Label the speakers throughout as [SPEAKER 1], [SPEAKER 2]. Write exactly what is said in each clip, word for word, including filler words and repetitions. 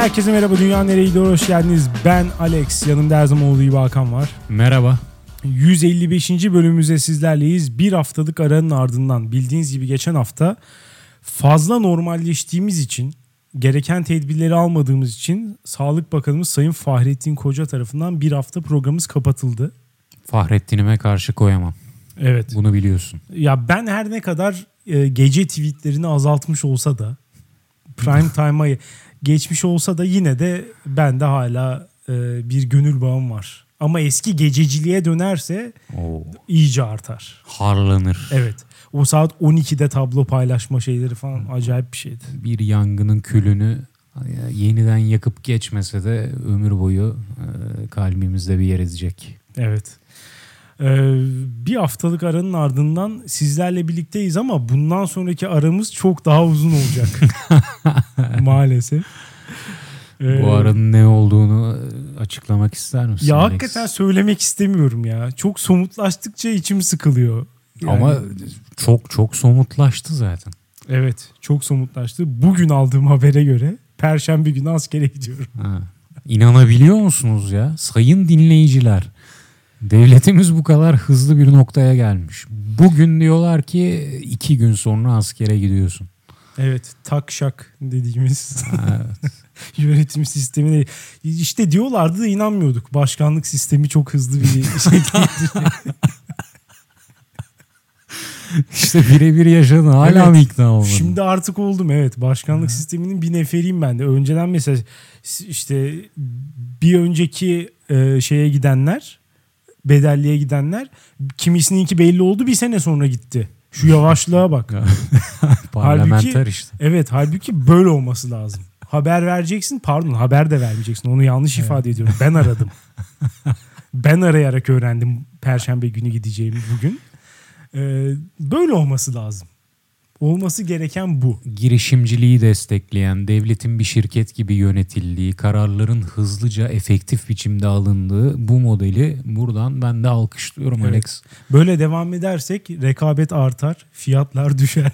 [SPEAKER 1] Herkese merhaba, Dünya Nereye Gidiyor, hoş geldiniz. Ben Alex, yanımda her zaman olduğu gibi Hakan var.
[SPEAKER 2] Merhaba.
[SPEAKER 1] yüz elli beşinci bölümümüzde sizlerleyiz. Bir haftalık aranın ardından bildiğiniz gibi geçen hafta fazla normalleştiğimiz için, gereken tedbirleri almadığımız için Sağlık Bakanımız Sayın Fahrettin Koca tarafından bir hafta programımız kapatıldı.
[SPEAKER 2] Fahrettin'ime karşı koyamam.
[SPEAKER 1] Evet.
[SPEAKER 2] Bunu biliyorsun.
[SPEAKER 1] Ya ben her ne kadar e, gece tweetlerini azaltmış olsa da, prime time'a geçmiş olsa da yine de bende hala e, bir gönül bağım var. Ama eski gececiliğe dönerse
[SPEAKER 2] Oo.
[SPEAKER 1] iyice artar.
[SPEAKER 2] Harlanır.
[SPEAKER 1] Evet. O saat on ikide tablo paylaşma şeyleri falan acayip bir şeydi.
[SPEAKER 2] Bir yangının külünü yeniden yakıp geçmese de ömür boyu e, kalbimizde bir yer edecek.
[SPEAKER 1] Evet. Ee, bir haftalık aranın ardından sizlerle birlikteyiz ama bundan sonraki aramız çok daha uzun olacak. Maalesef. Ee,
[SPEAKER 2] Bu aranın ne olduğunu açıklamak ister misin?
[SPEAKER 1] Ya
[SPEAKER 2] Alex?
[SPEAKER 1] hakikaten söylemek istemiyorum ya. Çok somutlaştıkça içim sıkılıyor. Yani,
[SPEAKER 2] Ama çok çok somutlaştı zaten.
[SPEAKER 1] Evet, çok somutlaştı. Bugün aldığım habere göre Perşembe günü askere gidiyorum.
[SPEAKER 2] Ha. İnanabiliyor musunuz ya? Sayın dinleyiciler. Devletimiz bu kadar hızlı bir noktaya gelmiş. Bugün diyorlar ki iki gün sonra askere gidiyorsun.
[SPEAKER 1] Evet, tak şak dediğimiz
[SPEAKER 2] Evet.
[SPEAKER 1] yönetim sistemine. İşte diyorlardı da inanmıyorduk. Başkanlık sistemi çok hızlı bir şekilde.
[SPEAKER 2] İşte birebir yaşadın. Hala
[SPEAKER 1] Evet.
[SPEAKER 2] mı ikna olmadın?
[SPEAKER 1] Şimdi artık oldum, evet. Başkanlık
[SPEAKER 2] Ha.
[SPEAKER 1] sisteminin bir neferiyim ben de. Önceden mesela işte bir önceki e, şeye gidenler, bedelliye gidenler, kimisininki belli oldu, bir sene sonra gitti. Şu yavaşlığa bak.
[SPEAKER 2] Parlamenter
[SPEAKER 1] halbuki,
[SPEAKER 2] işte.
[SPEAKER 1] Evet, halbuki böyle olması lazım. Haber vereceksin, pardon haber de vermeyeceksin. Onu yanlış
[SPEAKER 2] Evet.
[SPEAKER 1] ifade ediyorum. Ben aradım. Ben arayarak öğrendim Perşembe günü gideceğimi bugün. Ee, böyle olması lazım. Olması gereken bu.
[SPEAKER 2] Girişimciliği destekleyen, devletin bir şirket gibi yönetildiği, kararların hızlıca, efektif biçimde alındığı bu modeli buradan ben de alkışlıyorum,
[SPEAKER 1] Evet.
[SPEAKER 2] Alex.
[SPEAKER 1] Böyle devam edersek rekabet artar, fiyatlar düşer.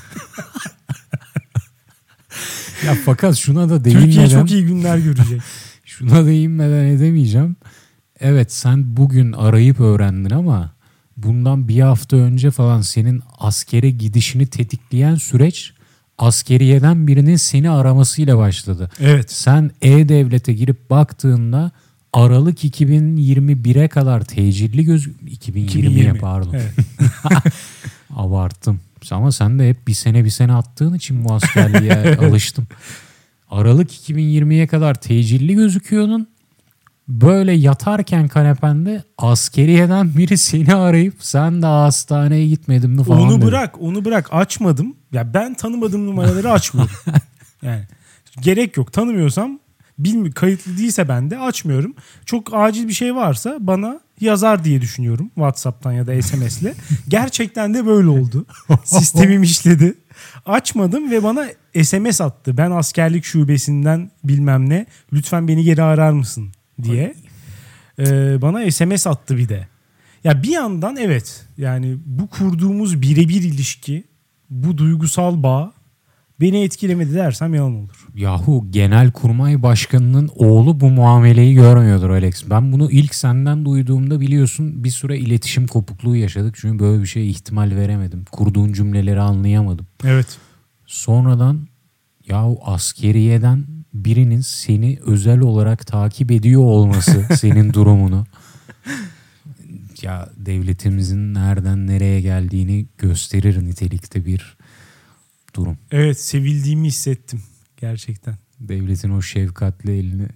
[SPEAKER 2] Ya fakat şuna da değinmeden...
[SPEAKER 1] Türkiye çok iyi günler görecek.
[SPEAKER 2] Şuna değinmeden edemeyeceğim. Evet, sen bugün arayıp öğrendin ama bundan bir hafta önce falan senin askere gidişini tetikleyen süreç askeriyeden birinin seni aramasıyla başladı.
[SPEAKER 1] Evet.
[SPEAKER 2] Sen E-Devlet'e girip baktığında Aralık iki bin yirmi bire kadar tecilli göz... iki bin yirmiye
[SPEAKER 1] iki bin yirmi.
[SPEAKER 2] pardon.
[SPEAKER 1] Evet.
[SPEAKER 2] Abarttım. Ama sen de hep bir sene bir sene attığın için bu askerliğe alıştım. Aralık iki bin yirmiye kadar tecilli gözüküyordun. Böyle yatarken kanepende askeriyeden biri seni arayıp sen daha hastaneye gitmedin mi falan
[SPEAKER 1] Onu
[SPEAKER 2] dedi.
[SPEAKER 1] bırak, onu bırak. Açmadım. Ya ben tanımadığım numaraları açmıyorum. Yani gerek yok. Tanımıyorsam, bilmi kayıtlı değilse ben de açmıyorum. Çok acil bir şey varsa bana yazar diye düşünüyorum WhatsApp'tan ya da S M S'le. Gerçekten de böyle oldu. Sistemim işledi. Açmadım ve bana S M S attı. Ben askerlik şubesinden bilmem ne. Lütfen beni geri arar mısın diye. Ee, bana S M S attı bir de. Ya bir yandan evet, yani bu kurduğumuz birebir ilişki, bu duygusal bağ beni etkilemedi dersem yalan olur.
[SPEAKER 2] Yahu Genelkurmay Başkanı'nın oğlu bu muameleyi görmüyordur Alex. Ben bunu ilk senden duyduğumda biliyorsun bir süre iletişim kopukluğu yaşadık. Çünkü böyle bir şeye ihtimal veremedim. Kurduğun cümleleri anlayamadım.
[SPEAKER 1] Evet.
[SPEAKER 2] Sonradan yahu askeriyeden birinin seni özel olarak takip ediyor olması senin durumunu, ya devletimizin nereden nereye geldiğini gösterir nitelikte bir durum.
[SPEAKER 1] Evet, sevildiğimi hissettim gerçekten.
[SPEAKER 2] Devletin o şefkatli elini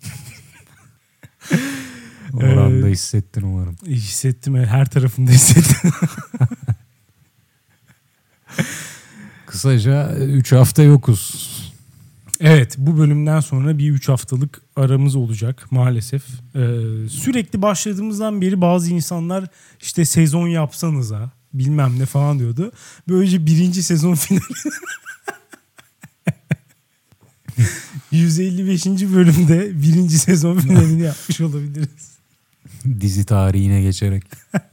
[SPEAKER 2] oranda
[SPEAKER 1] Ee,
[SPEAKER 2] hissettin umarım.
[SPEAKER 1] Hissettim, her tarafında hissettim.
[SPEAKER 2] Kısaca üç hafta yokuz.
[SPEAKER 1] Evet, bu bölümden sonra bir üç haftalık aramız olacak maalesef. Ee, sürekli başladığımızdan beri bazı insanlar işte sezon yapsanıza bilmem ne falan diyordu. Böylece birinci sezon finali yüz elli beşinci bölümde birinci sezon finalini yapmış olabiliriz.
[SPEAKER 2] Dizi tarihine geçerek.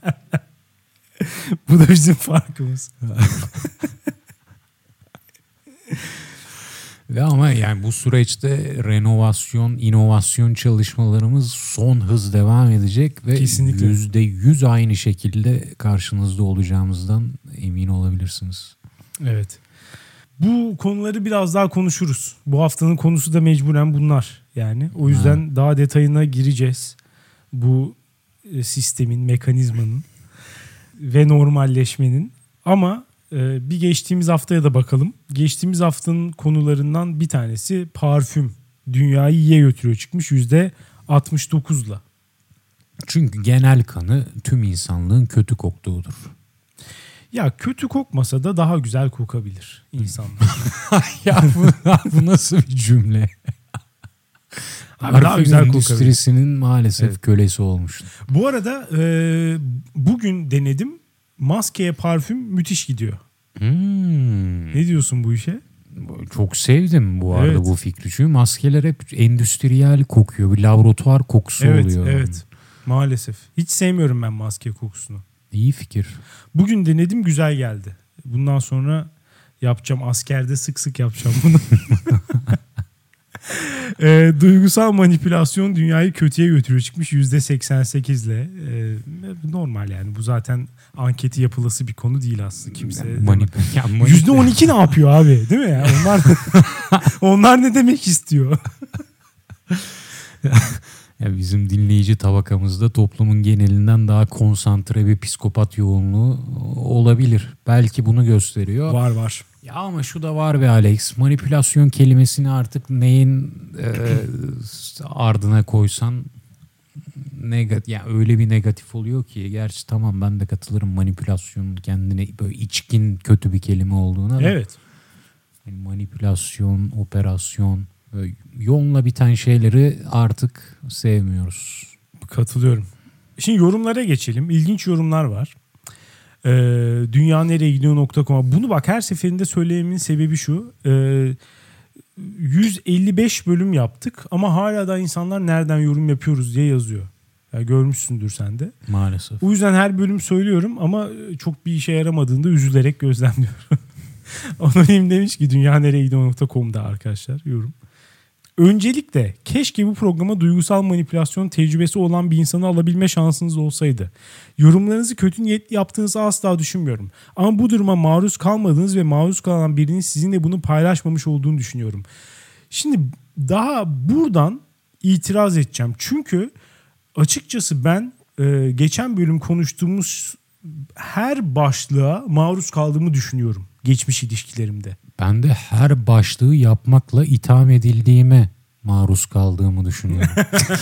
[SPEAKER 1] Bu da bizim farkımız.
[SPEAKER 2] Öyle ama yani bu süreçte renovasyon, inovasyon çalışmalarımız son hız devam edecek ve
[SPEAKER 1] Kesinlikle.
[SPEAKER 2] yüzde yüz aynı şekilde karşınızda olacağımızdan emin olabilirsiniz.
[SPEAKER 1] Evet. Bu konuları biraz daha konuşuruz. Bu haftanın konusu da mecburen bunlar. Yani o yüzden ha. daha detayına gireceğiz. Bu sistemin, mekanizmanın ve normalleşmenin. Ama e, bir geçtiğimiz haftaya da bakalım. Geçtiğimiz haftanın konularından bir tanesi parfüm. Dünyayı iyiye götürüyor çıkmış yüzde altmış dokuzla.
[SPEAKER 2] Çünkü genel kanı tüm insanlığın kötü koktuğudur.
[SPEAKER 1] Ya kötü kokmasa da daha güzel kokabilir insanlar.
[SPEAKER 2] Ya bu, bu nasıl bir cümle? Abi daha güzel endüstrisinin maalesef evet. kölesi olmuş.
[SPEAKER 1] Bu arada e, bugün denedim. Maskeye parfüm müthiş gidiyor.
[SPEAKER 2] Hmm.
[SPEAKER 1] Ne diyorsun bu işe?
[SPEAKER 2] Çok sevdim bu arada evet. bu fikri. Çünkü maskeler hep endüstriyel kokuyor. Bir laboratuvar kokusu
[SPEAKER 1] evet,
[SPEAKER 2] oluyor.
[SPEAKER 1] Evet. Maalesef. Hiç sevmiyorum ben maske kokusunu.
[SPEAKER 2] İyi fikir.
[SPEAKER 1] Bugün denedim, güzel geldi. Bundan sonra yapacağım. Askerde sık sık yapacağım bunu. e, duygusal manipülasyon dünyayı kötüye götürüyor çıkmış yüzde seksen sekizle. E, normal yani. Bu zaten anketi yapılası bir konu değil aslında. Kimse
[SPEAKER 2] Manip-
[SPEAKER 1] yüzde on iki ne yapıyor abi? Değil mi ya? Onlar onlar ne demek istiyor?
[SPEAKER 2] Ya bizim dinleyici tabakamızda toplumun genelinden daha konsantre bir psikopat yoğunluğu olabilir. Belki bunu gösteriyor.
[SPEAKER 1] Var var.
[SPEAKER 2] Ya ama şu da var be Alex. Manipülasyon kelimesini artık neyin e, ardına koysan negatif, yani öyle bir negatif oluyor ki. Gerçi tamam ben de katılırım manipülasyon kendine böyle içkin kötü bir kelime olduğuna da.
[SPEAKER 1] Evet.
[SPEAKER 2] Yani manipülasyon, operasyon, yoğunla biten şeyleri artık sevmiyoruz.
[SPEAKER 1] Katılıyorum. Şimdi yorumlara geçelim. İlginç yorumlar var. Ee, dünya nereye gidiyor nokta com. Bunu bak her seferinde söylememin sebebi şu. Ee, yüz elli beş bölüm yaptık ama hala da insanlar nereden yorum yapıyoruz diye yazıyor. Yani görmüşsündür sen de.
[SPEAKER 2] Maalesef.
[SPEAKER 1] O yüzden her bölüm söylüyorum ama çok bir işe yaramadığında üzülerek gözlemliyorum. Anonim demiş ki dünya nereye gidiyor nokta com'da arkadaşlar yorum. Öncelikle keşke bu programa duygusal manipülasyon tecrübesi olan bir insanı alabilme şansınız olsaydı. Yorumlarınızı kötü niyetli yaptığınızı asla düşünmüyorum. Ama bu duruma maruz kalmadığınız ve maruz kalan birinin sizinle bunu paylaşmamış olduğunu düşünüyorum. Şimdi daha buradan itiraz edeceğim. Çünkü açıkçası ben e, geçen bölüm konuştuğumuz her başlığa maruz kaldığımı düşünüyorum geçmiş ilişkilerimde.
[SPEAKER 2] Ben de her başlığı yapmakla itham edildiğime maruz kaldığımı düşünüyorum.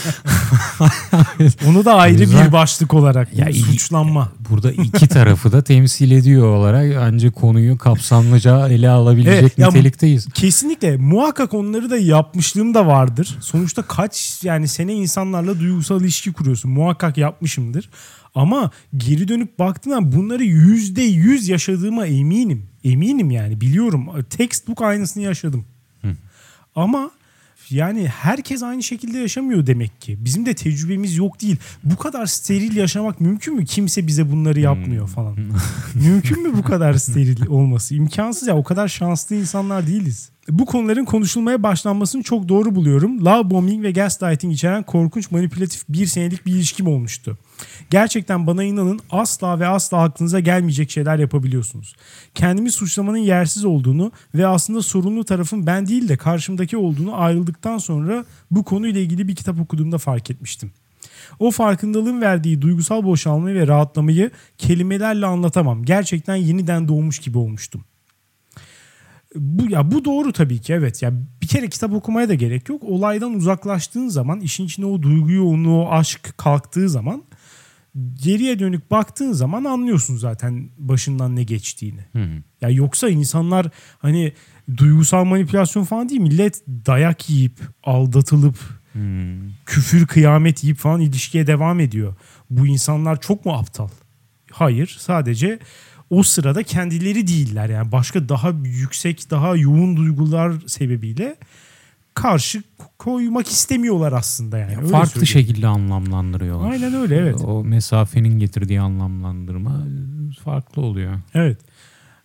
[SPEAKER 1] Onu da ayrı yüzden, bir başlık olarak ya suçlanma.
[SPEAKER 2] Burada iki tarafı da temsil ediyor olarak ancak konuyu kapsamlıca ele alabilecek evet, nitelikteyiz.
[SPEAKER 1] Ya, kesinlikle muhakkak onları da yapmışlığım da vardır. Sonuçta kaç yani sene insanlarla duygusal ilişki kuruyorsun. Muhakkak yapmışımdır. Ama geri dönüp baktığımda bunları yüzde yüz yaşadığıma eminim. Eminim yani biliyorum. Textbook aynısını yaşadım. Hı. Ama yani herkes aynı şekilde yaşamıyor demek ki. Bizim de tecrübemiz yok değil. Bu kadar steril yaşamak mümkün mü? Kimse bize bunları yapmıyor falan. Mümkün mü bu kadar steril olması? İmkansız ya. O kadar şanslı insanlar değiliz. Bu konuların konuşulmaya başlanmasını çok doğru buluyorum. Love bombing ve gaslighting içeren korkunç manipülatif bir senelik bir ilişkim olmuştu. Gerçekten bana inanın asla ve asla aklınıza gelmeyecek şeyler yapabiliyorsunuz. Kendimi suçlamanın yersiz olduğunu ve aslında sorumlu tarafın ben değil de karşımdaki olduğunu ayrıldıktan sonra bu konuyla ilgili bir kitap okuduğumda fark etmiştim. O farkındalığın verdiği duygusal boşalmayı ve rahatlamayı kelimelerle anlatamam. Gerçekten yeniden doğmuş gibi olmuştum. Bu ya bu doğru tabii ki evet ya bir kere kitap okumaya da gerek yok. Olaydan uzaklaştığın zaman işin içine o duygu yoğunluğu, o aşk kalktığı zaman geriye dönük baktığın zaman anlıyorsun zaten başından ne geçtiğini. Hı hı. Ya yoksa insanlar hani duygusal manipülasyon falan değil, millet dayak yiyip aldatılıp hı. küfür kıyamet yiyip falan ilişkiye devam ediyor. Bu insanlar çok mu aptal? Hayır, sadece o sırada kendileri değiller yani başka daha yüksek daha yoğun duygular sebebiyle karşı koymak istemiyorlar aslında yani.
[SPEAKER 2] Ya farklı söyleyeyim. Şekilde anlamlandırıyorlar.
[SPEAKER 1] Aynen öyle evet.
[SPEAKER 2] O mesafenin getirdiği anlamlandırma farklı oluyor.
[SPEAKER 1] Evet.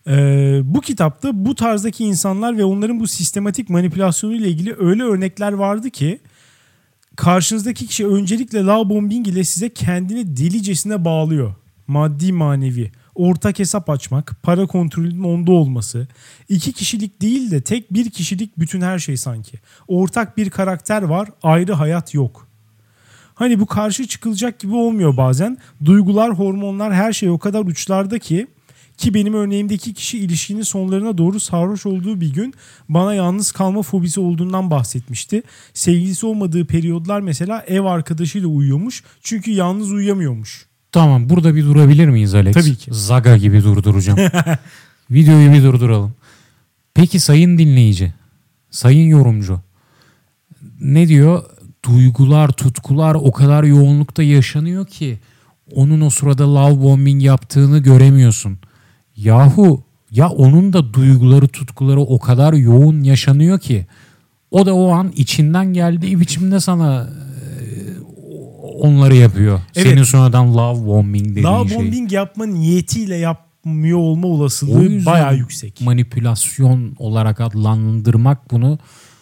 [SPEAKER 1] Ee, bu kitapta bu tarzdaki insanlar ve onların bu sistematik manipülasyonu ile ilgili öyle örnekler vardı ki karşınızdaki kişi öncelikle love bombing ile size kendini delicesine bağlıyor. Maddi manevi. Ortak hesap açmak, para kontrolünün onda olması, iki kişilik değil de tek bir kişilik bütün her şey sanki. Ortak bir karakter var, ayrı hayat yok. Hani bu karşı çıkılacak gibi olmuyor bazen. Duygular, hormonlar, her şey o kadar uçlarda ki ki benim örneğimdeki kişi ilişkinin sonlarına doğru sarhoş olduğu bir gün bana yalnız kalma fobisi olduğundan bahsetmişti. Sevgilisi olmadığı periyodlar mesela ev arkadaşıyla uyuyormuş çünkü yalnız uyuyamıyormuş.
[SPEAKER 2] Tamam, burada bir durabilir miyiz Alex?
[SPEAKER 1] Tabii ki.
[SPEAKER 2] Zaga gibi durduracağım. Videoyu bir durduralım. Peki sayın dinleyici, sayın yorumcu, ne diyor? Duygular, tutkular o kadar yoğunlukta yaşanıyor ki onun o sırada love bombing yaptığını göremiyorsun. Yahu ya onun da duyguları, tutkuları o kadar yoğun yaşanıyor ki o da o an içinden geldiği biçimde sana onları yapıyor. Evet. Senin sonradan love bombing dediğin
[SPEAKER 1] love
[SPEAKER 2] şey.
[SPEAKER 1] Love bombing yapma niyetiyle yapmıyor olma olasılığı bayağı yüksek.
[SPEAKER 2] Manipülasyon olarak adlandırmak bunu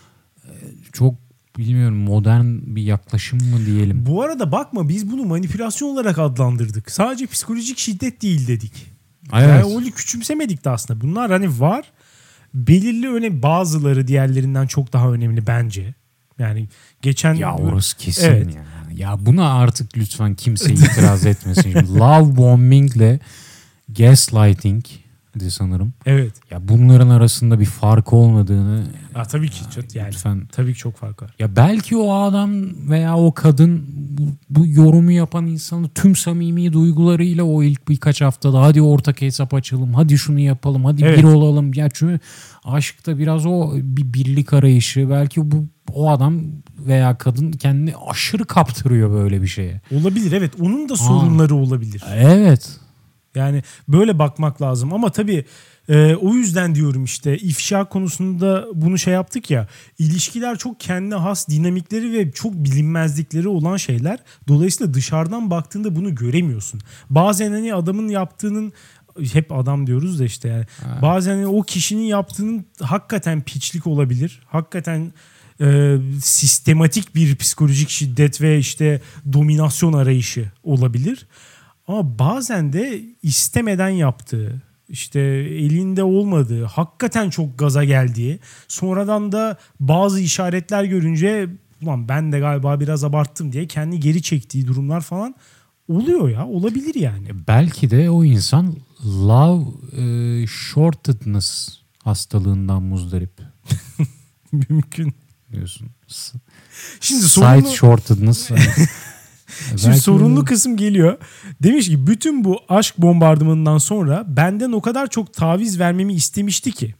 [SPEAKER 2] çok bilmiyorum, modern bir yaklaşım mı diyelim.
[SPEAKER 1] Bu arada bakma, biz bunu manipülasyon olarak adlandırdık. Sadece psikolojik şiddet değil dedik. Evet. Yani öyle küçümsemedik de aslında. Bunlar hani var. Belirli önemli, bazıları diğerlerinden çok daha önemli bence. Yani geçen...
[SPEAKER 2] Ya orası kesin
[SPEAKER 1] evet.
[SPEAKER 2] ya. Ya buna artık lütfen kimse itiraz etmesin. Şimdi love bombingle gaslighting de sanırım.
[SPEAKER 1] Evet.
[SPEAKER 2] Ya bunların arasında bir fark olmadığını...
[SPEAKER 1] Ya tabii ki çok yani.
[SPEAKER 2] Lütfen.
[SPEAKER 1] Tabii ki çok fark var.
[SPEAKER 2] Ya belki o adam veya o kadın bu, bu yorumu yapan insanı tüm samimi duygularıyla o ilk birkaç haftada hadi ortak hesap açalım, hadi şunu yapalım, hadi evet. bir olalım. Ya çünkü aşkta biraz o bir birlik arayışı, belki bu o adam veya kadın kendini aşırı kaptırıyor böyle bir şeye.
[SPEAKER 1] Olabilir, evet. Onun da sorunları Aa, olabilir.
[SPEAKER 2] Evet.
[SPEAKER 1] Yani böyle bakmak lazım ama tabii e, o yüzden diyorum işte ifşa konusunda bunu şey yaptık ya, ilişkiler çok kendine has dinamikleri ve çok bilinmezlikleri olan şeyler. Dolayısıyla dışarıdan baktığında bunu göremiyorsun. Bazen hani adamın yaptığının, hep adam diyoruz da işte yani ha. bazen hani o kişinin yaptığının hakikaten piçlik olabilir. Hakikaten e, sistematik bir psikolojik şiddet ve işte dominasyon arayışı olabilir. Ama bazen de istemeden yaptığı, işte elinde olmadığı, hakikaten çok gaza geldiği, sonradan da bazı işaretler görünce ulan ben de galiba biraz abarttım diye kendi geri çektiği durumlar falan oluyor ya. Olabilir yani.
[SPEAKER 2] Belki de o insan love e, shortedness hastalığından muzdarip.
[SPEAKER 1] Mümkün.
[SPEAKER 2] Diyorsun.
[SPEAKER 1] Şimdi
[SPEAKER 2] Side
[SPEAKER 1] sorunu...
[SPEAKER 2] shortedness.
[SPEAKER 1] Şimdi belki sorunlu kısım geliyor. Demiş ki bütün bu aşk bombardımanından sonra benden o kadar çok taviz vermemi istemişti ki.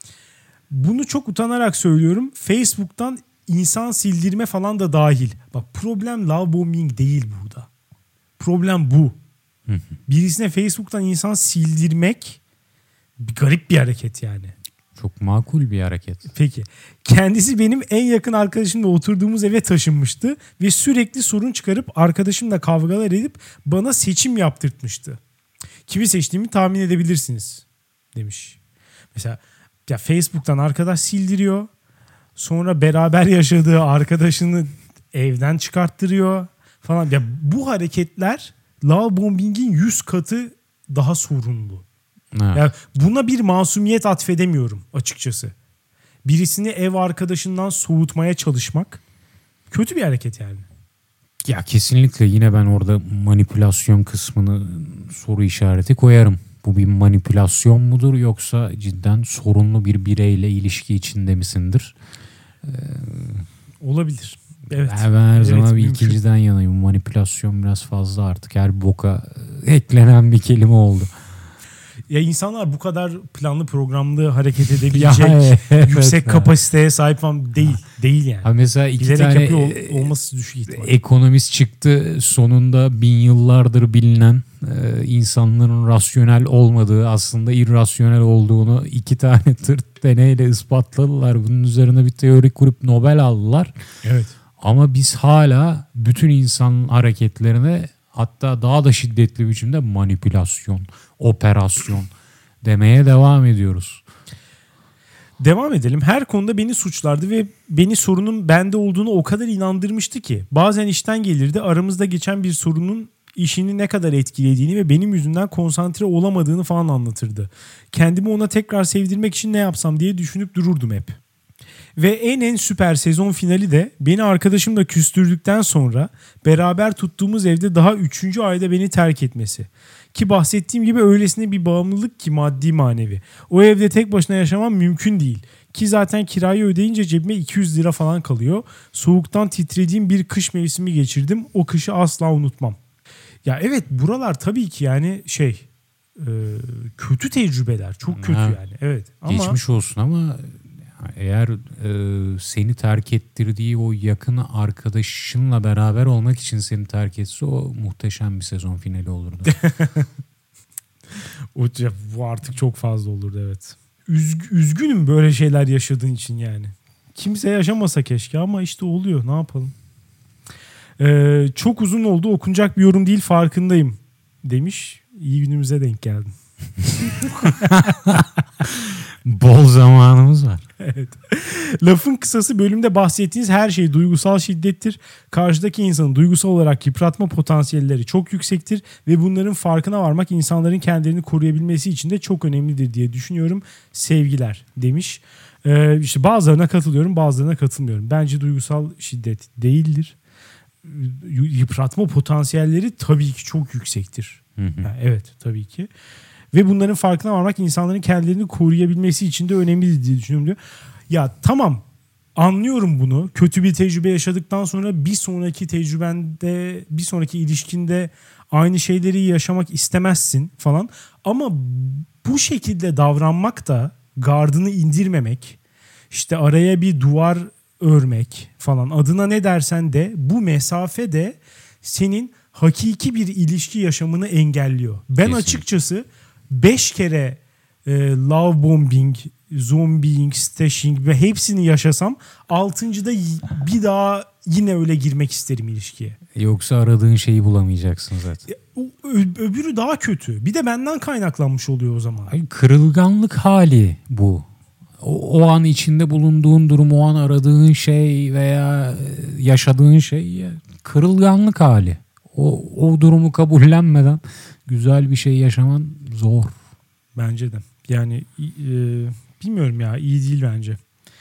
[SPEAKER 1] Bunu çok utanarak söylüyorum. Facebook'tan insan sildirme falan da dahil. Bak, problem love bombing değil burada. Problem bu. Birisine Facebook'tan insan sildirmek bir garip bir hareket yani.
[SPEAKER 2] Çok makul bir hareket.
[SPEAKER 1] Peki. Kendisi benim en yakın arkadaşımla oturduğumuz eve taşınmıştı ve sürekli sorun çıkarıp arkadaşımla kavgalar edip bana seçim yaptırtmıştı. Kimi seçtiğimi tahmin edebilirsiniz demiş. Mesela ya Facebook'tan arkadaş sildiriyor. Sonra beraber yaşadığı arkadaşını evden çıkarttırıyor falan. Ya bu hareketler love bombing'in yüz katı daha sorunlu. Yani buna bir masumiyet atfedemiyorum açıkçası. Birisini ev arkadaşından soğutmaya çalışmak kötü bir hareket yani.
[SPEAKER 2] Ya kesinlikle, yine ben orada manipülasyon kısmını soru işareti koyarım. Bu bir manipülasyon mudur yoksa cidden sorunlu bir bireyle ilişki içinde misindir? Ee,
[SPEAKER 1] Olabilir. Evet.
[SPEAKER 2] Ben her
[SPEAKER 1] evet,
[SPEAKER 2] zaman bir
[SPEAKER 1] mümkün.
[SPEAKER 2] ikinciden yanayım. Manipülasyon biraz fazla artık. Her boka eklenen bir kelime oldu.
[SPEAKER 1] Ya insanlar bu kadar planlı programlı hareket edebilecek
[SPEAKER 2] ya, evet,
[SPEAKER 1] yüksek
[SPEAKER 2] evet.
[SPEAKER 1] kapasiteye sahip falan değil. Değil yani.
[SPEAKER 2] Ha mesela iki
[SPEAKER 1] Bilerek
[SPEAKER 2] tane
[SPEAKER 1] yapıyor olması düşük ihtimal.
[SPEAKER 2] Ekonomist çıktı, sonunda bin yıllardır bilinen e, insanların rasyonel olmadığı, aslında irrasyonel olduğunu iki tane tırt deneyle ispatladılar. Bunun üzerine bir teori kurup Nobel aldılar.
[SPEAKER 1] Evet.
[SPEAKER 2] Ama biz hala bütün insan hareketlerine, hatta daha da şiddetli biçimde manipülasyon, operasyon demeye devam ediyoruz.
[SPEAKER 1] Devam edelim. Her konuda beni suçlardı ve beni sorunun bende olduğunu o kadar inandırmıştı ki. Bazen işten gelirdi, aramızda geçen bir sorunun işini ne kadar etkilediğini ve benim yüzümden konsantre olamadığını falan anlatırdı. Kendimi ona tekrar sevdirmek için ne yapsam diye düşünüp dururdum hep. Ve en en süper sezon finali de beni arkadaşımla küstürdükten sonra beraber tuttuğumuz evde daha üçüncü ayda beni terk etmesi. Ki bahsettiğim gibi öylesine bir bağımlılık ki maddi manevi. O evde tek başına yaşamam mümkün değil. Ki zaten kirayı ödeyince cebime iki yüz lira falan kalıyor. Soğuktan titrediğim bir kış mevsimi geçirdim. O kışı asla unutmam. Ya evet, buralar tabii ki yani şey e, kötü tecrübeler. Çok kötü
[SPEAKER 2] Ha,
[SPEAKER 1] yani. Evet. Ama
[SPEAKER 2] geçmiş olsun ama eğer e, seni terk ettirdiği o yakın arkadaşınla beraber olmak için seni terk etse o muhteşem bir sezon finali olurdu.
[SPEAKER 1] o, bu artık çok fazla olurdu, evet. Üzg, üzgünüm böyle şeyler yaşadığın için yani. Kimse yaşamasa keşke ama işte oluyor. Ne yapalım? Ee, çok uzun oldu, okunacak bir yorum değil, farkındayım demiş. İyi günümüze denk geldin.
[SPEAKER 2] Bol zamanımız var.
[SPEAKER 1] Evet. Lafın kısası, bölümde bahsettiğiniz her şey duygusal şiddettir. Karşıdaki insanın duygusal olarak yıpratma potansiyelleri çok yüksektir ve bunların farkına varmak insanların kendilerini koruyabilmesi için de çok önemlidir diye düşünüyorum. Sevgiler demiş. Ee, işte bazılarına katılıyorum, bazılarına katılmıyorum. Bence duygusal şiddet değildir. Yıpratma potansiyelleri tabii ki çok yüksektir.
[SPEAKER 2] Hı hı.
[SPEAKER 1] Yani evet, tabii ki. Ve bunların farkına varmak insanların kendilerini koruyabilmesi için de önemlidir diye düşünüyorum diyor. Ya tamam, anlıyorum bunu. Kötü bir tecrübe yaşadıktan sonra bir sonraki tecrübende, bir sonraki ilişkinde aynı şeyleri yaşamak istemezsin falan. Ama bu şekilde davranmak da, gardını indirmemek, işte araya bir duvar örmek falan, adına ne dersen de, bu mesafe de senin hakiki bir ilişki yaşamını engelliyor. Ben
[SPEAKER 2] Kesinlikle.
[SPEAKER 1] açıkçası beş kere e, love bombing, zombieing, stashing ve hepsini yaşasam altıncıda bir daha yine öyle girmek isterim ilişkiye.
[SPEAKER 2] Yoksa aradığın şeyi bulamayacaksın zaten.
[SPEAKER 1] Ö- öbürü daha kötü. Bir de benden kaynaklanmış oluyor o zaman.
[SPEAKER 2] Ay, kırılganlık hali bu. O, o an içinde bulunduğun durum, o an aradığın şey veya yaşadığın şey kırılganlık hali. O, o durumu kabullenmeden güzel bir şey yaşaman zor.
[SPEAKER 1] Bence de. Yani e, bilmiyorum ya, iyi değil bence.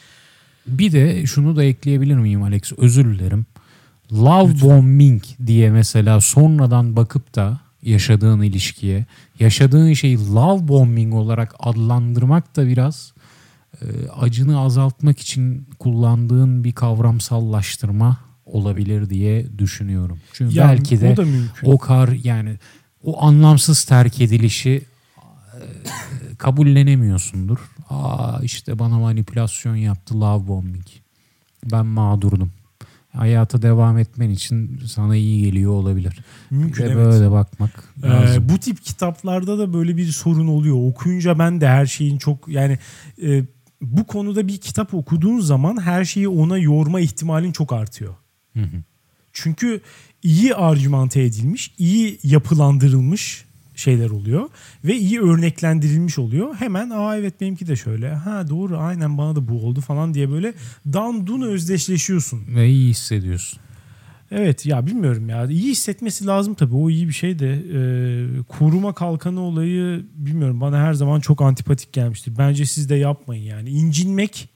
[SPEAKER 2] Bir de şunu da ekleyebilir miyim Alex? Özür dilerim. Love bombing diye mesela sonradan bakıp da yaşadığın ilişkiye, yaşadığın şeyi love bombing olarak adlandırmak da biraz e, acını azaltmak için kullandığın bir kavramsallaştırma olabilir diye düşünüyorum. Çünkü
[SPEAKER 1] Ya,
[SPEAKER 2] belki de
[SPEAKER 1] o da mümkün.
[SPEAKER 2] o kar yani o anlamsız terk edilişi e, kabullenemiyorsundur. Aa işte bana manipülasyon yaptı, love bombing. Ben mağdurdum. Hayata devam etmen için sana iyi geliyor olabilir.
[SPEAKER 1] Mümkün,
[SPEAKER 2] Ve
[SPEAKER 1] evet.
[SPEAKER 2] böyle bakmak lazım.
[SPEAKER 1] Ee, bu tip kitaplarda da böyle bir sorun oluyor. Okuyunca ben de her şeyin çok yani e, bu konuda bir kitap okuduğun zaman her şeyi ona yorma ihtimalin çok artıyor.
[SPEAKER 2] Hı hı.
[SPEAKER 1] Çünkü iyi argümante edilmiş, iyi yapılandırılmış şeyler oluyor ve iyi örneklendirilmiş oluyor. Hemen aa evet benimki de şöyle. Ha doğru, aynen bana da bu oldu falan diye böyle dandun özdeşleşiyorsun.
[SPEAKER 2] Ve iyi hissediyorsun.
[SPEAKER 1] Evet ya, bilmiyorum ya. İyi hissetmesi lazım tabii. O iyi bir şey de e, koruma kalkanı olayı bilmiyorum. Bana her zaman çok antipatik gelmiştir. Bence siz de yapmayın yani. İncinmek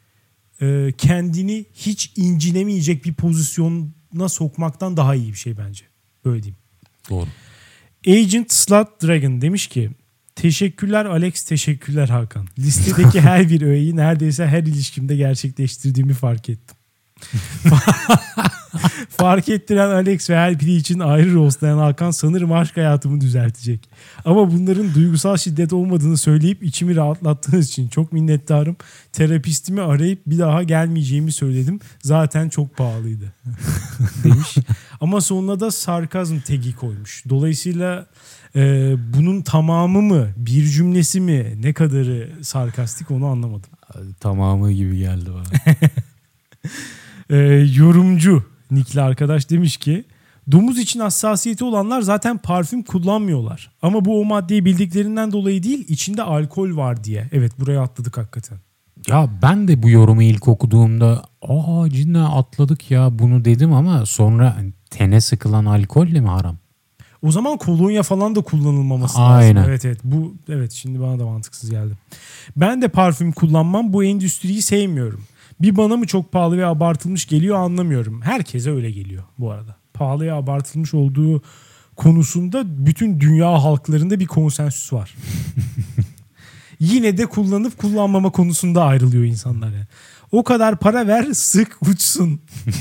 [SPEAKER 1] e, kendini hiç incinemeyecek bir pozisyona sokmaktan daha iyi bir şey bence. Böyle diyeyim.
[SPEAKER 2] Doğru.
[SPEAKER 1] Agent Slut Dragon demiş ki teşekkürler Alex, teşekkürler Hakan. Listedeki her bir öğeyi neredeyse her ilişkimde gerçekleştirdiğimi fark ettim. Fark ettiren Alex ve her biri için ayrı rostlayan Hakan sanırım aşk hayatımı düzeltecek. Ama bunların duygusal şiddet olmadığını söyleyip içimi rahatlattığınız için çok minnettarım. Terapistimi arayıp bir daha gelmeyeceğimi söyledim. Zaten çok pahalıydı demiş. Ama sonuna da sarkazm tagi koymuş. Dolayısıyla e, bunun tamamı mı, bir cümlesi mi, ne kadarı sarkastik onu anlamadım.
[SPEAKER 2] Tamamı gibi geldi bana.
[SPEAKER 1] e, yorumcu Nikli arkadaş demiş ki Domuz için hassasiyeti olanlar zaten parfüm kullanmıyorlar. Ama bu o maddeyi bildiklerinden dolayı değil, içinde alkol var diye. Evet, buraya atladık hakikaten.
[SPEAKER 2] Ya ben de bu yorumu ilk okuduğumda aa cidden atladık ya bunu dedim ama sonra tene sıkılan alkolle mi haram?
[SPEAKER 1] O zaman kolonya falan da kullanılmaması
[SPEAKER 2] Aynen.
[SPEAKER 1] lazım. Evet evet bu evet şimdi bana da mantıksız geldi. Ben de parfüm kullanmam, bu endüstriyi sevmiyorum. Bir bana mı çok pahalı ve abartılmış geliyor anlamıyorum. Herkese öyle geliyor bu arada. Pahalıya abartılmış olduğu konusunda bütün dünya halklarında bir konsensüs var. Yine de kullanıp kullanmama konusunda ayrılıyor insanlar yani. O kadar para ver, sık uçsun.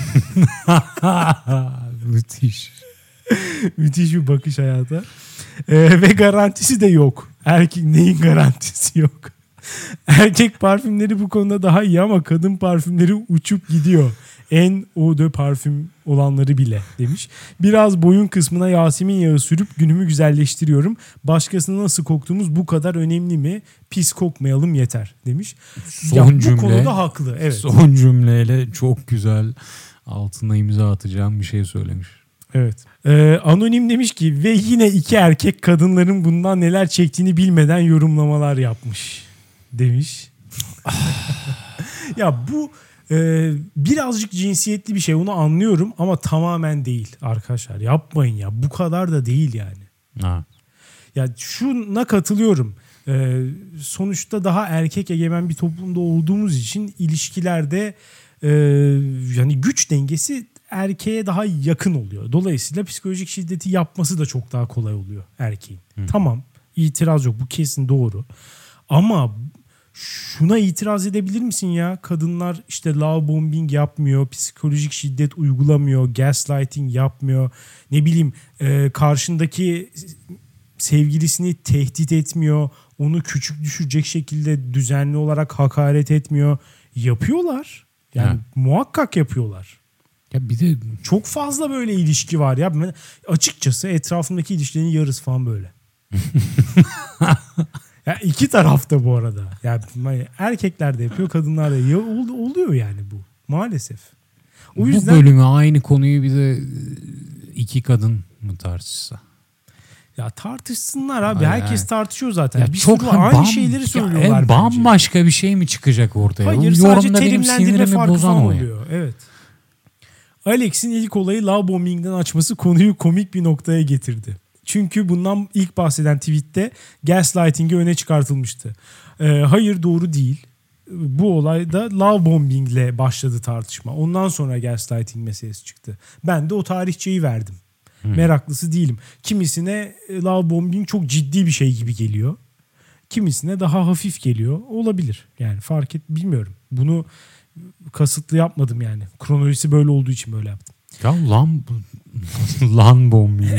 [SPEAKER 2] Müthiş.
[SPEAKER 1] Müthiş bir bakış hayata. Ee, ve garantisi de yok. Erkek neyin garantisi yok? Erkek parfümleri bu konuda daha iyi ama kadın parfümleri uçup gidiyor. En eau de parfüm olanları bile demiş. Biraz boyun kısmına Yasemin yağı sürüp günümü güzelleştiriyorum. Başkasına nasıl koktuğumuz bu kadar önemli mi? Pis kokmayalım yeter demiş.
[SPEAKER 2] Son
[SPEAKER 1] ya, bu
[SPEAKER 2] cümle,
[SPEAKER 1] konuda haklı. Evet.
[SPEAKER 2] Son cümleyle çok güzel altına imza atacağım bir şey söylemiş.
[SPEAKER 1] Evet. Ee, Anonim demiş ki ve yine iki erkek kadınların bundan neler çektiğini bilmeden yorumlamalar yapmış demiş. Ya bu e, birazcık cinsiyetli bir şey, onu anlıyorum ama tamamen değil arkadaşlar. Yapmayın ya, bu kadar da değil yani.
[SPEAKER 2] Ha.
[SPEAKER 1] Ya şuna katılıyorum. Ee, sonuçta daha erkek egemen bir toplumda olduğumuz için ilişkilerde e, yani güç dengesi erkeğe daha yakın oluyor. Dolayısıyla psikolojik şiddeti yapması da çok daha kolay oluyor erkeğin. Hı. Tamam, itiraz yok, bu kesin doğru. Ama şuna itiraz edebilir misin ya? Kadınlar işte love bombing yapmıyor, psikolojik şiddet uygulamıyor, gaslighting yapmıyor. Ne bileyim e, karşındaki sevgilisini tehdit etmiyor, onu küçük düşürecek şekilde düzenli olarak hakaret etmiyor. Yapıyorlar. Yani ha. muhakkak yapıyorlar.
[SPEAKER 2] Ya bir de
[SPEAKER 1] çok fazla böyle ilişki var ya. Ben açıkçası etrafımdaki ilişkilerin yarısı falan böyle. Ya iki tarafta bu arada. Yani erkekler de yapıyor, kadınlar da ya, oluyor yani bu maalesef. O yüzden
[SPEAKER 2] bu bölümü aynı konuyu bir de iki kadın mı tartışsa?
[SPEAKER 1] Ya tartışsınlar abi. Ay, Herkes ay. tartışıyor zaten.
[SPEAKER 2] Ya
[SPEAKER 1] bir
[SPEAKER 2] çok
[SPEAKER 1] sürü aynı bam, şeyleri söylüyorlar.
[SPEAKER 2] Ya, bambaşka bir şey mi çıkacak ortaya?
[SPEAKER 1] Hayır, sadece terimlendirme farkı falan oluyor. Evet. Alex'in ilk olayı love bombing'den açması konuyu komik bir noktaya getirdi. Çünkü bundan ilk bahseden tweette gaslighting'i öne çıkartılmıştı. Ee, hayır doğru değil. Bu olayda love bombing'le başladı tartışma. Ondan sonra gaslighting meselesi çıktı. Ben de o tarihçeyi verdim. Hmm. Meraklısı değilim. Kimisine love bombing çok ciddi bir şey gibi geliyor. Kimisine daha hafif geliyor. Olabilir. Yani fark et bilmiyorum. Bunu kasıtlı yapmadım yani. Kronolojisi böyle olduğu için böyle yaptım.
[SPEAKER 2] Ya lan lan bombing.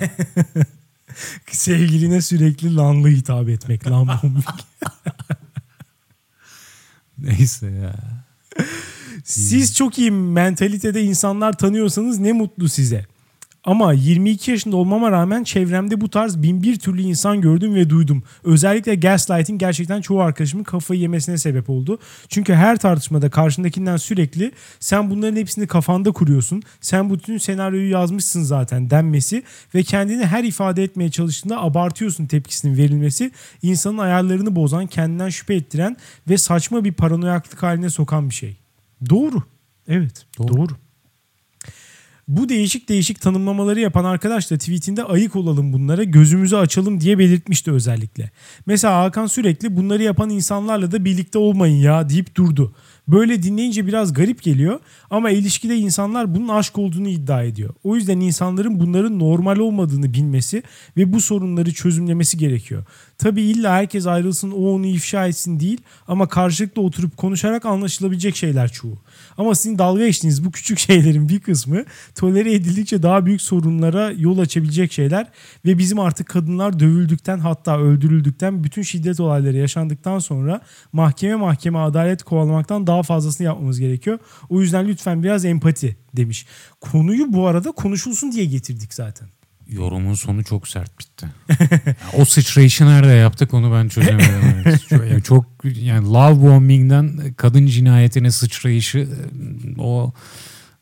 [SPEAKER 1] Sevgiline sürekli lanlı hitap etmek. Lan bombing.
[SPEAKER 2] Neyse ya.
[SPEAKER 1] Siz çok iyi mentalitede insanlar tanıyorsanız ne mutlu size. Ama yirmi iki yaşında olmama rağmen çevremde bu tarz bin bir türlü insan gördüm ve duydum. Özellikle gaslighting gerçekten çoğu arkadaşımın kafayı yemesine sebep oldu. Çünkü her tartışmada karşındakinden sürekli sen bunların hepsini kafanda kuruyorsun, sen bütün senaryoyu yazmışsın zaten denmesi ve kendini her ifade etmeye çalıştığında abartıyorsun tepkisinin verilmesi insanın ayarlarını bozan, kendinden şüphe ettiren ve saçma bir paranoyaklık haline sokan bir şey. Doğru. Evet, doğru. doğru. Bu değişik değişik tanımlamaları yapan arkadaş da tweetinde ayık olalım bunlara, gözümüzü açalım diye belirtmişti özellikle. Mesela Hakan sürekli bunları yapan insanlarla da birlikte olmayın ya deyip durdu. Böyle dinleyince biraz garip geliyor ama ilişkide insanlar bunun aşk olduğunu iddia ediyor. O yüzden insanların bunların normal olmadığını bilmesi ve bu sorunları çözümlemesi gerekiyor. Tabii illa herkes ayrılsın, o onu ifşa etsin değil ama karşılıklı oturup konuşarak anlaşılabilecek şeyler çoğu. Ama sizin dalga geçtiğiniz bu küçük şeylerin bir kısmı tolere edildikçe daha büyük sorunlara yol açabilecek şeyler ve bizim artık kadınlar dövüldükten, hatta öldürüldükten, bütün şiddet olayları yaşandıktan sonra mahkeme mahkeme adalet kovalamaktan daha fazlasını yapmamız gerekiyor. O yüzden lütfen biraz empati demiş. Konuyu bu arada konuşulsun diye getirdik zaten.
[SPEAKER 2] Yorumun sonu çok sert bitti. O sıçrayışı nerede yaptık onu ben çözemedim. çok, çok yani love bombing'den kadın cinayetine sıçrayışı, o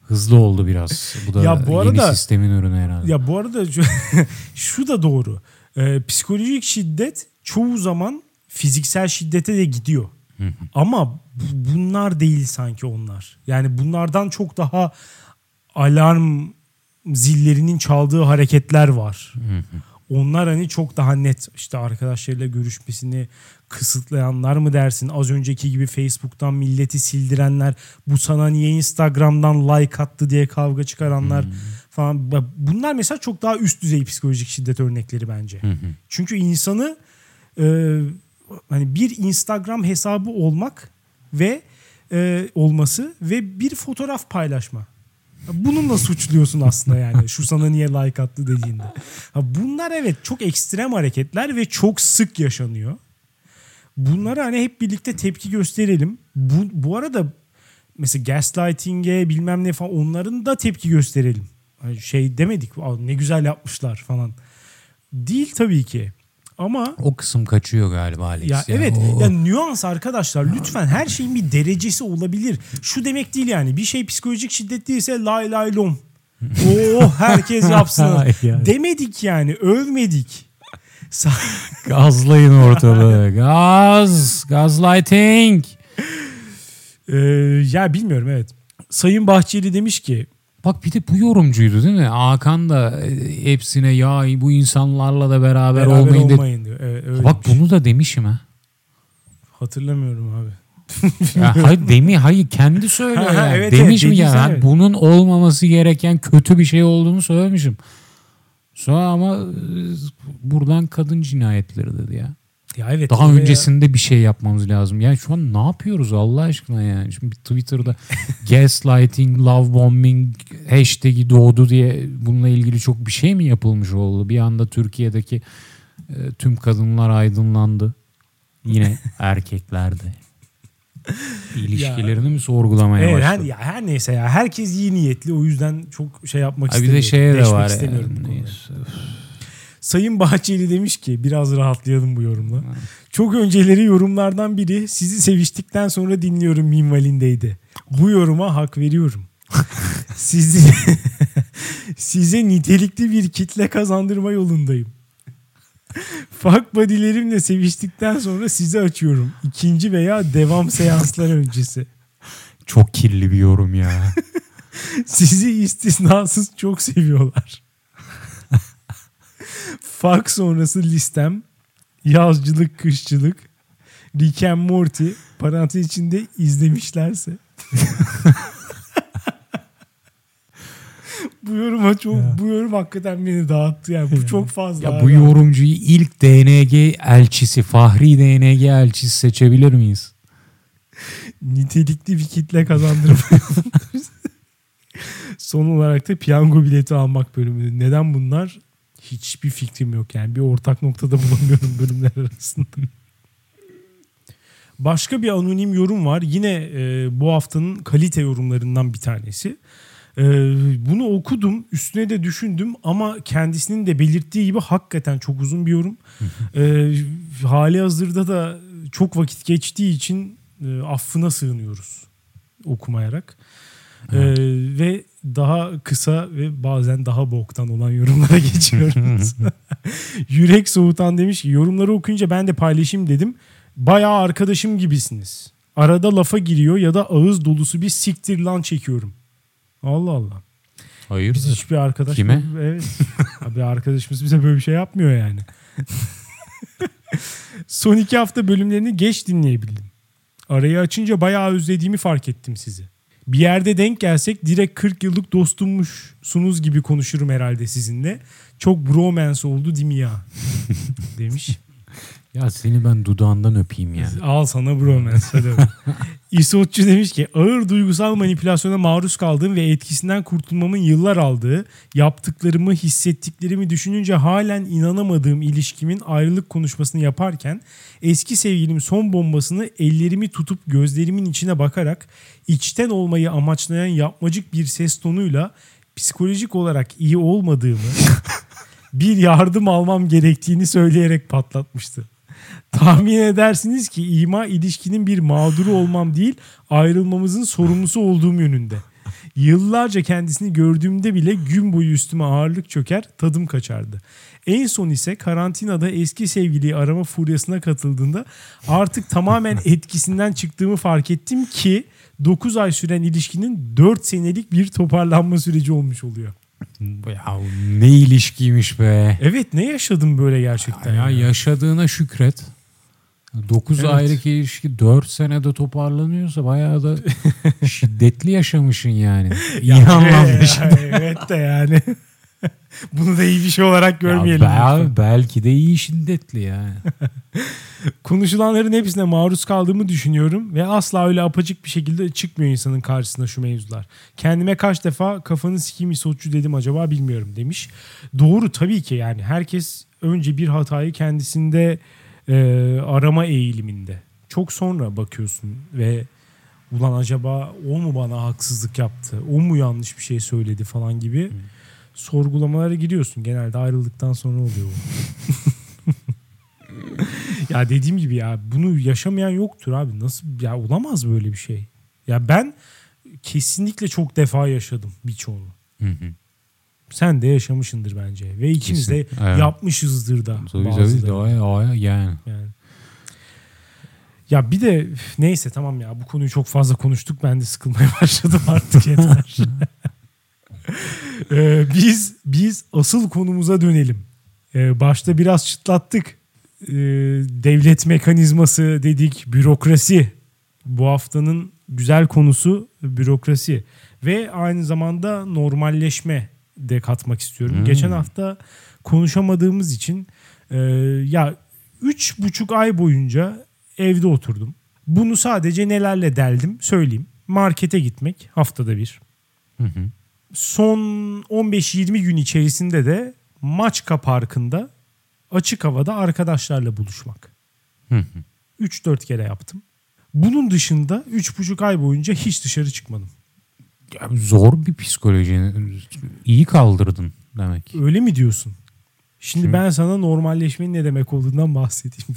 [SPEAKER 2] Hızlı oldu biraz. Bu da
[SPEAKER 1] Ya bu
[SPEAKER 2] yeni
[SPEAKER 1] arada-
[SPEAKER 2] sistemin ürünü herhalde.
[SPEAKER 1] Ya bu arada şu, şu da doğru. Ee, psikolojik şiddet çoğu zaman fiziksel şiddete de gidiyor. Ama bu- bunlar değil sanki onlar. Yani bunlardan çok daha alarm zillerinin çaldığı hareketler var. Onlar hani çok daha net, işte arkadaşlarıyla görüşmesini kısıtlayanlar mı dersin? Az önceki gibi Facebook'tan milleti sildirenler, bu sana niye Instagram'dan like attı diye kavga çıkaranlar falan. Bunlar mesela çok daha üst düzey psikolojik şiddet örnekleri bence. Çünkü insanı e, hani bir Instagram hesabı olmak ve e, olması ve bir fotoğraf paylaşma. Bununla suçluyorsun aslında yani. Şu sana niye like attı dediğinde. Ha, bunlar evet çok ekstrem hareketler ve çok sık yaşanıyor. Bunlara hani hep birlikte tepki gösterelim. Bu, bu arada mesela gaslighting'e bilmem ne falan, onların da tepki gösterelim. Hani şey demedik, ne güzel yapmışlar falan. Değil tabii ki. Ama
[SPEAKER 2] O kısım kaçıyor galiba Alex.
[SPEAKER 1] ya
[SPEAKER 2] Ya
[SPEAKER 1] evet,
[SPEAKER 2] o-
[SPEAKER 1] ya nüans arkadaşlar, lütfen her şeyin bir derecesi olabilir. Şu demek değil yani, bir şey psikolojik şiddet değilse lay lay lom. Oo herkes yapsın.
[SPEAKER 2] Yani.
[SPEAKER 1] Demedik yani, övmedik. Sa-
[SPEAKER 2] Gazlayın ortalığı. Gaz. Gazlighting.
[SPEAKER 1] Ee, ya bilmiyorum, evet. Sayın Bahçeli demiş ki
[SPEAKER 2] Bak bir de bu yorumcuydu değil mi? Hakan da e, hepsine ya bu insanlarla da beraber,
[SPEAKER 1] beraber
[SPEAKER 2] olmayın,
[SPEAKER 1] olmayın,
[SPEAKER 2] dedi.
[SPEAKER 1] diyor. Evet, öyle
[SPEAKER 2] Bak
[SPEAKER 1] demiş.
[SPEAKER 2] bunu da demişim ha.
[SPEAKER 1] Hatırlamıyorum abi.
[SPEAKER 2] Ya hayır demi hayır kendi söylüyor
[SPEAKER 1] Ha, ha,
[SPEAKER 2] yani.
[SPEAKER 1] evet,
[SPEAKER 2] Demiş
[SPEAKER 1] evet,
[SPEAKER 2] mi ya?
[SPEAKER 1] dediysen
[SPEAKER 2] Ha,
[SPEAKER 1] evet.
[SPEAKER 2] bunun olmaması gereken kötü bir şey olduğunu söylemişim. Sonra ama e, buradan kadın cinayetleri dedi ya.
[SPEAKER 1] Ya evet.
[SPEAKER 2] Daha
[SPEAKER 1] oraya-
[SPEAKER 2] öncesinde bir şey yapmamız lazım. Yani şu an ne yapıyoruz Allah aşkına yani? Şimdi Twitter'da gaslighting, love bombing hashtag'i doğdu diye bununla ilgili çok bir şey mi yapılmış oldu? Bir anda Türkiye'deki e, tüm kadınlar aydınlandı. Yine erkeklerde. İlişkilerini mi sorgulamaya
[SPEAKER 1] Evet, her,
[SPEAKER 2] başladı?
[SPEAKER 1] ya her neyse ya, herkes iyi niyetli, o yüzden çok şey yapmak
[SPEAKER 2] Ha, bir
[SPEAKER 1] istemiyorum.
[SPEAKER 2] de şeye de
[SPEAKER 1] Deşmek
[SPEAKER 2] var
[SPEAKER 1] istemiyorum bu
[SPEAKER 2] yani.
[SPEAKER 1] konuda.
[SPEAKER 2] Neyse.
[SPEAKER 1] Sayın Bahçeli demiş ki, biraz rahatlayalım bu yorumla. Çok önceleri yorumlardan biri sizi seviştikten sonra dinliyorum minvalindeydi. Bu yoruma hak veriyorum. Sizi size nitelikli bir kitle kazandırma yolundayım. Fuck buddy'lerimle seviştikten sonra sizi açıyorum. İkinci veya devam seanslar öncesi.
[SPEAKER 2] Çok kirli bir yorum ya.
[SPEAKER 1] Sizi istisnasız çok seviyorlar. Fuck sonrası listem yazcılık, kışçılık, Rick and Morty, parantez içinde izlemişlerse. Bu yoruma çok
[SPEAKER 2] Ya.
[SPEAKER 1] bu yorum hakikaten beni dağıttı yani. Bu çok fazla.
[SPEAKER 2] Ya bu
[SPEAKER 1] abi.
[SPEAKER 2] yorumcuyu ilk D N G elçisi, Fahri D N G elçisi seçebilir miyiz?
[SPEAKER 1] Nitelikli bir kitle kazandırma. Son olarak da piyango bileti almak bölümü. Neden bunlar? Hiçbir fikrim yok yani. Bir ortak noktada bulamıyorum bölümler arasında. Başka bir anonim yorum var. Yine e, bu haftanın kalite yorumlarından bir tanesi. E, bunu okudum. Üstüne de düşündüm ama kendisinin de belirttiği gibi hakikaten çok uzun bir yorum. e, hali hazırda da çok vakit geçtiği için e, affına sığınıyoruz okumayarak.
[SPEAKER 2] Evet.
[SPEAKER 1] Ee, ve daha kısa ve bazen daha boktan olan yorumlara geçiyoruz. Yürek soğutan demiş ki, yorumları okuyunca ben de paylaşayım dedim. Bayağı arkadaşım gibisiniz. Arada lafa giriyor ya da ağız dolusu bir siktir lan çekiyorum. Allah Allah. Biz
[SPEAKER 2] Hayırdır?
[SPEAKER 1] hiçbir arkadaş...
[SPEAKER 2] Kime?
[SPEAKER 1] Evet. Abi arkadaşımız bize böyle bir şey yapmıyor yani. Son iki hafta bölümlerini geç dinleyebildim. Arayı açınca bayağı özlediğimi fark ettim sizi. Bir yerde denk gelsek direkt kırk yıllık dostummuşsunuz gibi konuşurum herhalde sizinle. Çok bromance oldu değil mi ya? Demiş.
[SPEAKER 2] Ya seni ben dudağından öpeyim ya.
[SPEAKER 1] Al sana bromance. Hadi bakalım. İsotçu demiş ki, ağır duygusal manipülasyona maruz kaldığım ve etkisinden kurtulmamın yıllar aldığı, yaptıklarımı, hissettiklerimi düşününce halen inanamadığım ilişkimin ayrılık konuşmasını yaparken eski sevgilim son bombasını ellerimi tutup gözlerimin içine bakarak içten olmayı amaçlayan yapmacık bir ses tonuyla psikolojik olarak iyi olmadığımı, bir yardım almam gerektiğini söyleyerek patlatmıştı. Tahmin edersiniz ki ima ilişkinin bir mağduru olmam değil, ayrılmamızın sorumlusu olduğum yönünde. Yıllarca kendisini gördüğümde bile gün boyu üstüme ağırlık çöker, tadım kaçardı. En son ise karantinada eski sevgiliyi arama furyasına katıldığında artık tamamen etkisinden çıktığımı fark ettim ki dokuz ay süren ilişkinin dört senelik bir toparlanma süreci olmuş oluyor.
[SPEAKER 2] Ya ne ilişkiymiş be.
[SPEAKER 1] Evet, ne yaşadım böyle gerçekten.
[SPEAKER 2] Ya, ya. Yaşadığına şükret. dokuz
[SPEAKER 1] Evet.
[SPEAKER 2] aylık ilişki dört senede toparlanıyorsa bayağı da şiddetli yaşamışsın yani. İyi
[SPEAKER 1] Ya,
[SPEAKER 2] anlamda.
[SPEAKER 1] evet de yani. Bunu da iyi bir şey olarak görmeyelim.
[SPEAKER 2] Ya, be- belki de iyi şiddetli yani.
[SPEAKER 1] Konuşulanların hepsine maruz kaldığımı düşünüyorum ve asla öyle apaçık bir şekilde çıkmıyor insanın karşısına şu mevzular. Kendime kaç defa kafanı sikeyim İsotçu dedim acaba bilmiyorum demiş. Doğru tabii ki, yani herkes önce bir hatayı kendisinde e, arama eğiliminde. Çok sonra bakıyorsun ve ulan acaba o mu bana haksızlık yaptı? O mu yanlış bir şey söyledi falan gibi hmm. sorgulamalara giriyorsun. Genelde ayrıldıktan sonra oluyor bu. Ya dediğim gibi ya bunu yaşamayan yoktur abi. Nasıl ya, olamaz böyle bir şey. Ya ben kesinlikle çok defa yaşadım birçoğunu. Hı hı. Sen de yaşamışsındır bence ve ikimiz Kesin. de evet. yapmışızdır da.
[SPEAKER 2] Tabii tabii o, o, yani.
[SPEAKER 1] yani. Ya bir de neyse tamam ya, bu konuyu çok fazla konuştuk. Ben de sıkılmaya başladım artık yeter. ee, biz biz asıl konumuza dönelim. Ee, başta biraz çıtlattık. Ee, devlet mekanizması dedik, bürokrasi. Bu haftanın güzel konusu bürokrasi ve aynı zamanda normalleşme de katmak istiyorum. Hmm. Geçen hafta konuşamadığımız için e, ya üç buçuk ay boyunca evde oturdum. Bunu sadece nelerle deldim söyleyeyim. Markete gitmek haftada bir. Hı hı. Son on beş yirmi gün içerisinde de Maçka Parkı'nda açık havada arkadaşlarla buluşmak. Hı hı. üç dört kere yaptım. Bunun dışında üç buçuk ay boyunca hiç dışarı çıkmadım.
[SPEAKER 2] Ya zor bir psikoloji. İyi kaldırdın demek.
[SPEAKER 1] Öyle mi diyorsun? Şimdi Şimdi... ben sana normalleşmenin ne demek olduğundan bahsedeyim.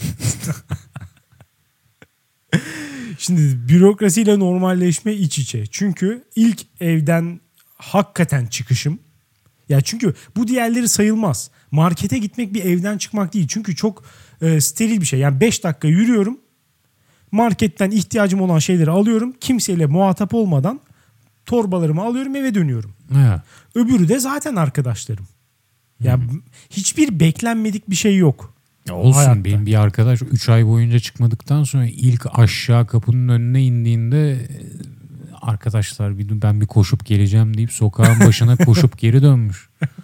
[SPEAKER 1] Şimdi bürokrasiyle normalleşme iç içe. Çünkü ilk evden hakikaten çıkışım. Ya çünkü bu diğerleri sayılmaz. Markete gitmek bir evden çıkmak değil. Çünkü çok e, steril bir şey. Yani beş dakika yürüyorum. Marketten ihtiyacım olan şeyleri alıyorum. Kimseyle muhatap olmadan torbalarımı alıyorum, eve dönüyorum.
[SPEAKER 2] He.
[SPEAKER 1] Öbürü de zaten arkadaşlarım. Ya hmm. hiçbir beklenmedik bir şey yok.
[SPEAKER 2] Ya olsun hayatta. Benim bir arkadaş üç ay boyunca çıkmadıktan sonra ilk aşağı kapının önüne indiğinde arkadaşlar bir ben bir koşup geleceğim deyip sokağın başına koşup geri dönmüş.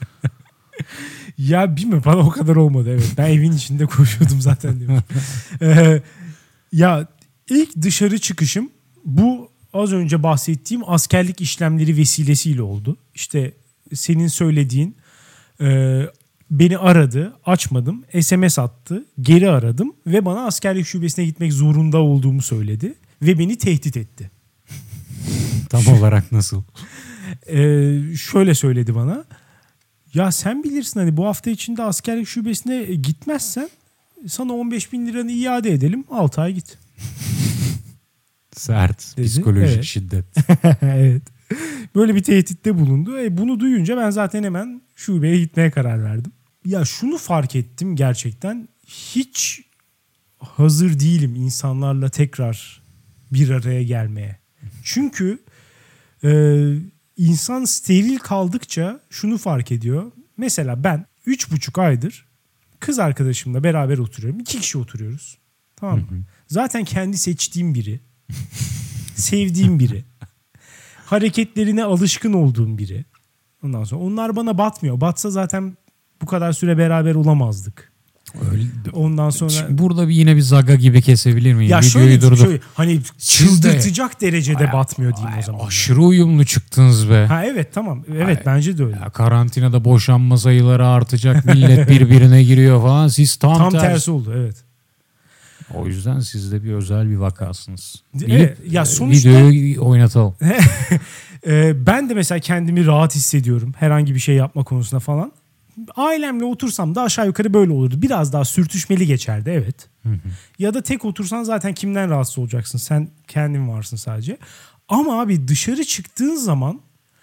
[SPEAKER 1] Ya bilmiyorum, bana o kadar olmadı evet. Ben evin içinde koşuyordum zaten diyorum. ee, ya ilk dışarı çıkışım bu az önce bahsettiğim askerlik işlemleri vesilesiyle oldu. İşte senin söylediğin e, beni aradı, açmadım, S M S attı, geri aradım ve bana askerlik şubesine gitmek zorunda olduğumu söyledi ve beni tehdit etti.
[SPEAKER 2] Tam olarak nasıl?
[SPEAKER 1] Ee, şöyle söyledi bana. Ya sen bilirsin hani bu hafta içinde askerlik şubesine gitmezsen sana on beş bin liranı iade edelim. altı ay git.
[SPEAKER 2] Sert. Dedi. Psikolojik evet. Şiddet.
[SPEAKER 1] Evet. Böyle bir tehditte bulundu. E, bunu duyunca ben zaten hemen şubeye gitmeye karar verdim. Ya şunu fark ettim gerçekten. Hiç hazır değilim insanlarla tekrar bir araya gelmeye. Çünkü e, insan steril kaldıkça şunu fark ediyor. Mesela ben üç buçuk aydır kız arkadaşımla beraber oturuyorum. İki kişi oturuyoruz. Tamam mı? Hı hı. Zaten kendi seçtiğim biri. Sevdiğim biri. Hareketlerine alışkın olduğum biri. Ondan sonra onlar bana batmıyor. Batsa zaten bu kadar süre beraber olamazdık.
[SPEAKER 2] Öyle.
[SPEAKER 1] Ondan sonra
[SPEAKER 2] şimdi burada bir yine bir zaga gibi kesebilir miyim?
[SPEAKER 1] Ya şöyle, şöyle hani çıldırtacak de, derecede ay, batmıyor diyeyim ay, o zaman.
[SPEAKER 2] Aşırı uyumlu çıktınız be.
[SPEAKER 1] Ha evet tamam. Evet ay, bence de öyle.
[SPEAKER 2] Ya, karantinada boşanma sayıları artacak. Millet birbirine giriyor falan. Siz tam,
[SPEAKER 1] tam tersi.
[SPEAKER 2] tersi
[SPEAKER 1] oldu evet.
[SPEAKER 2] O yüzden siz de bir özel bir vakasınız.
[SPEAKER 1] Evet, ya sonuçta
[SPEAKER 2] videoyu oynatalım.
[SPEAKER 1] Ben de mesela kendimi rahat hissediyorum herhangi bir şey yapma konusunda falan. Ailemle otursam da aşağı yukarı böyle olurdu. Biraz daha sürtüşmeli geçerdi evet. Hı hı. Ya da tek otursan zaten kimden rahatsız olacaksın? Sen kendin varsın sadece. Ama abi dışarı çıktığın zaman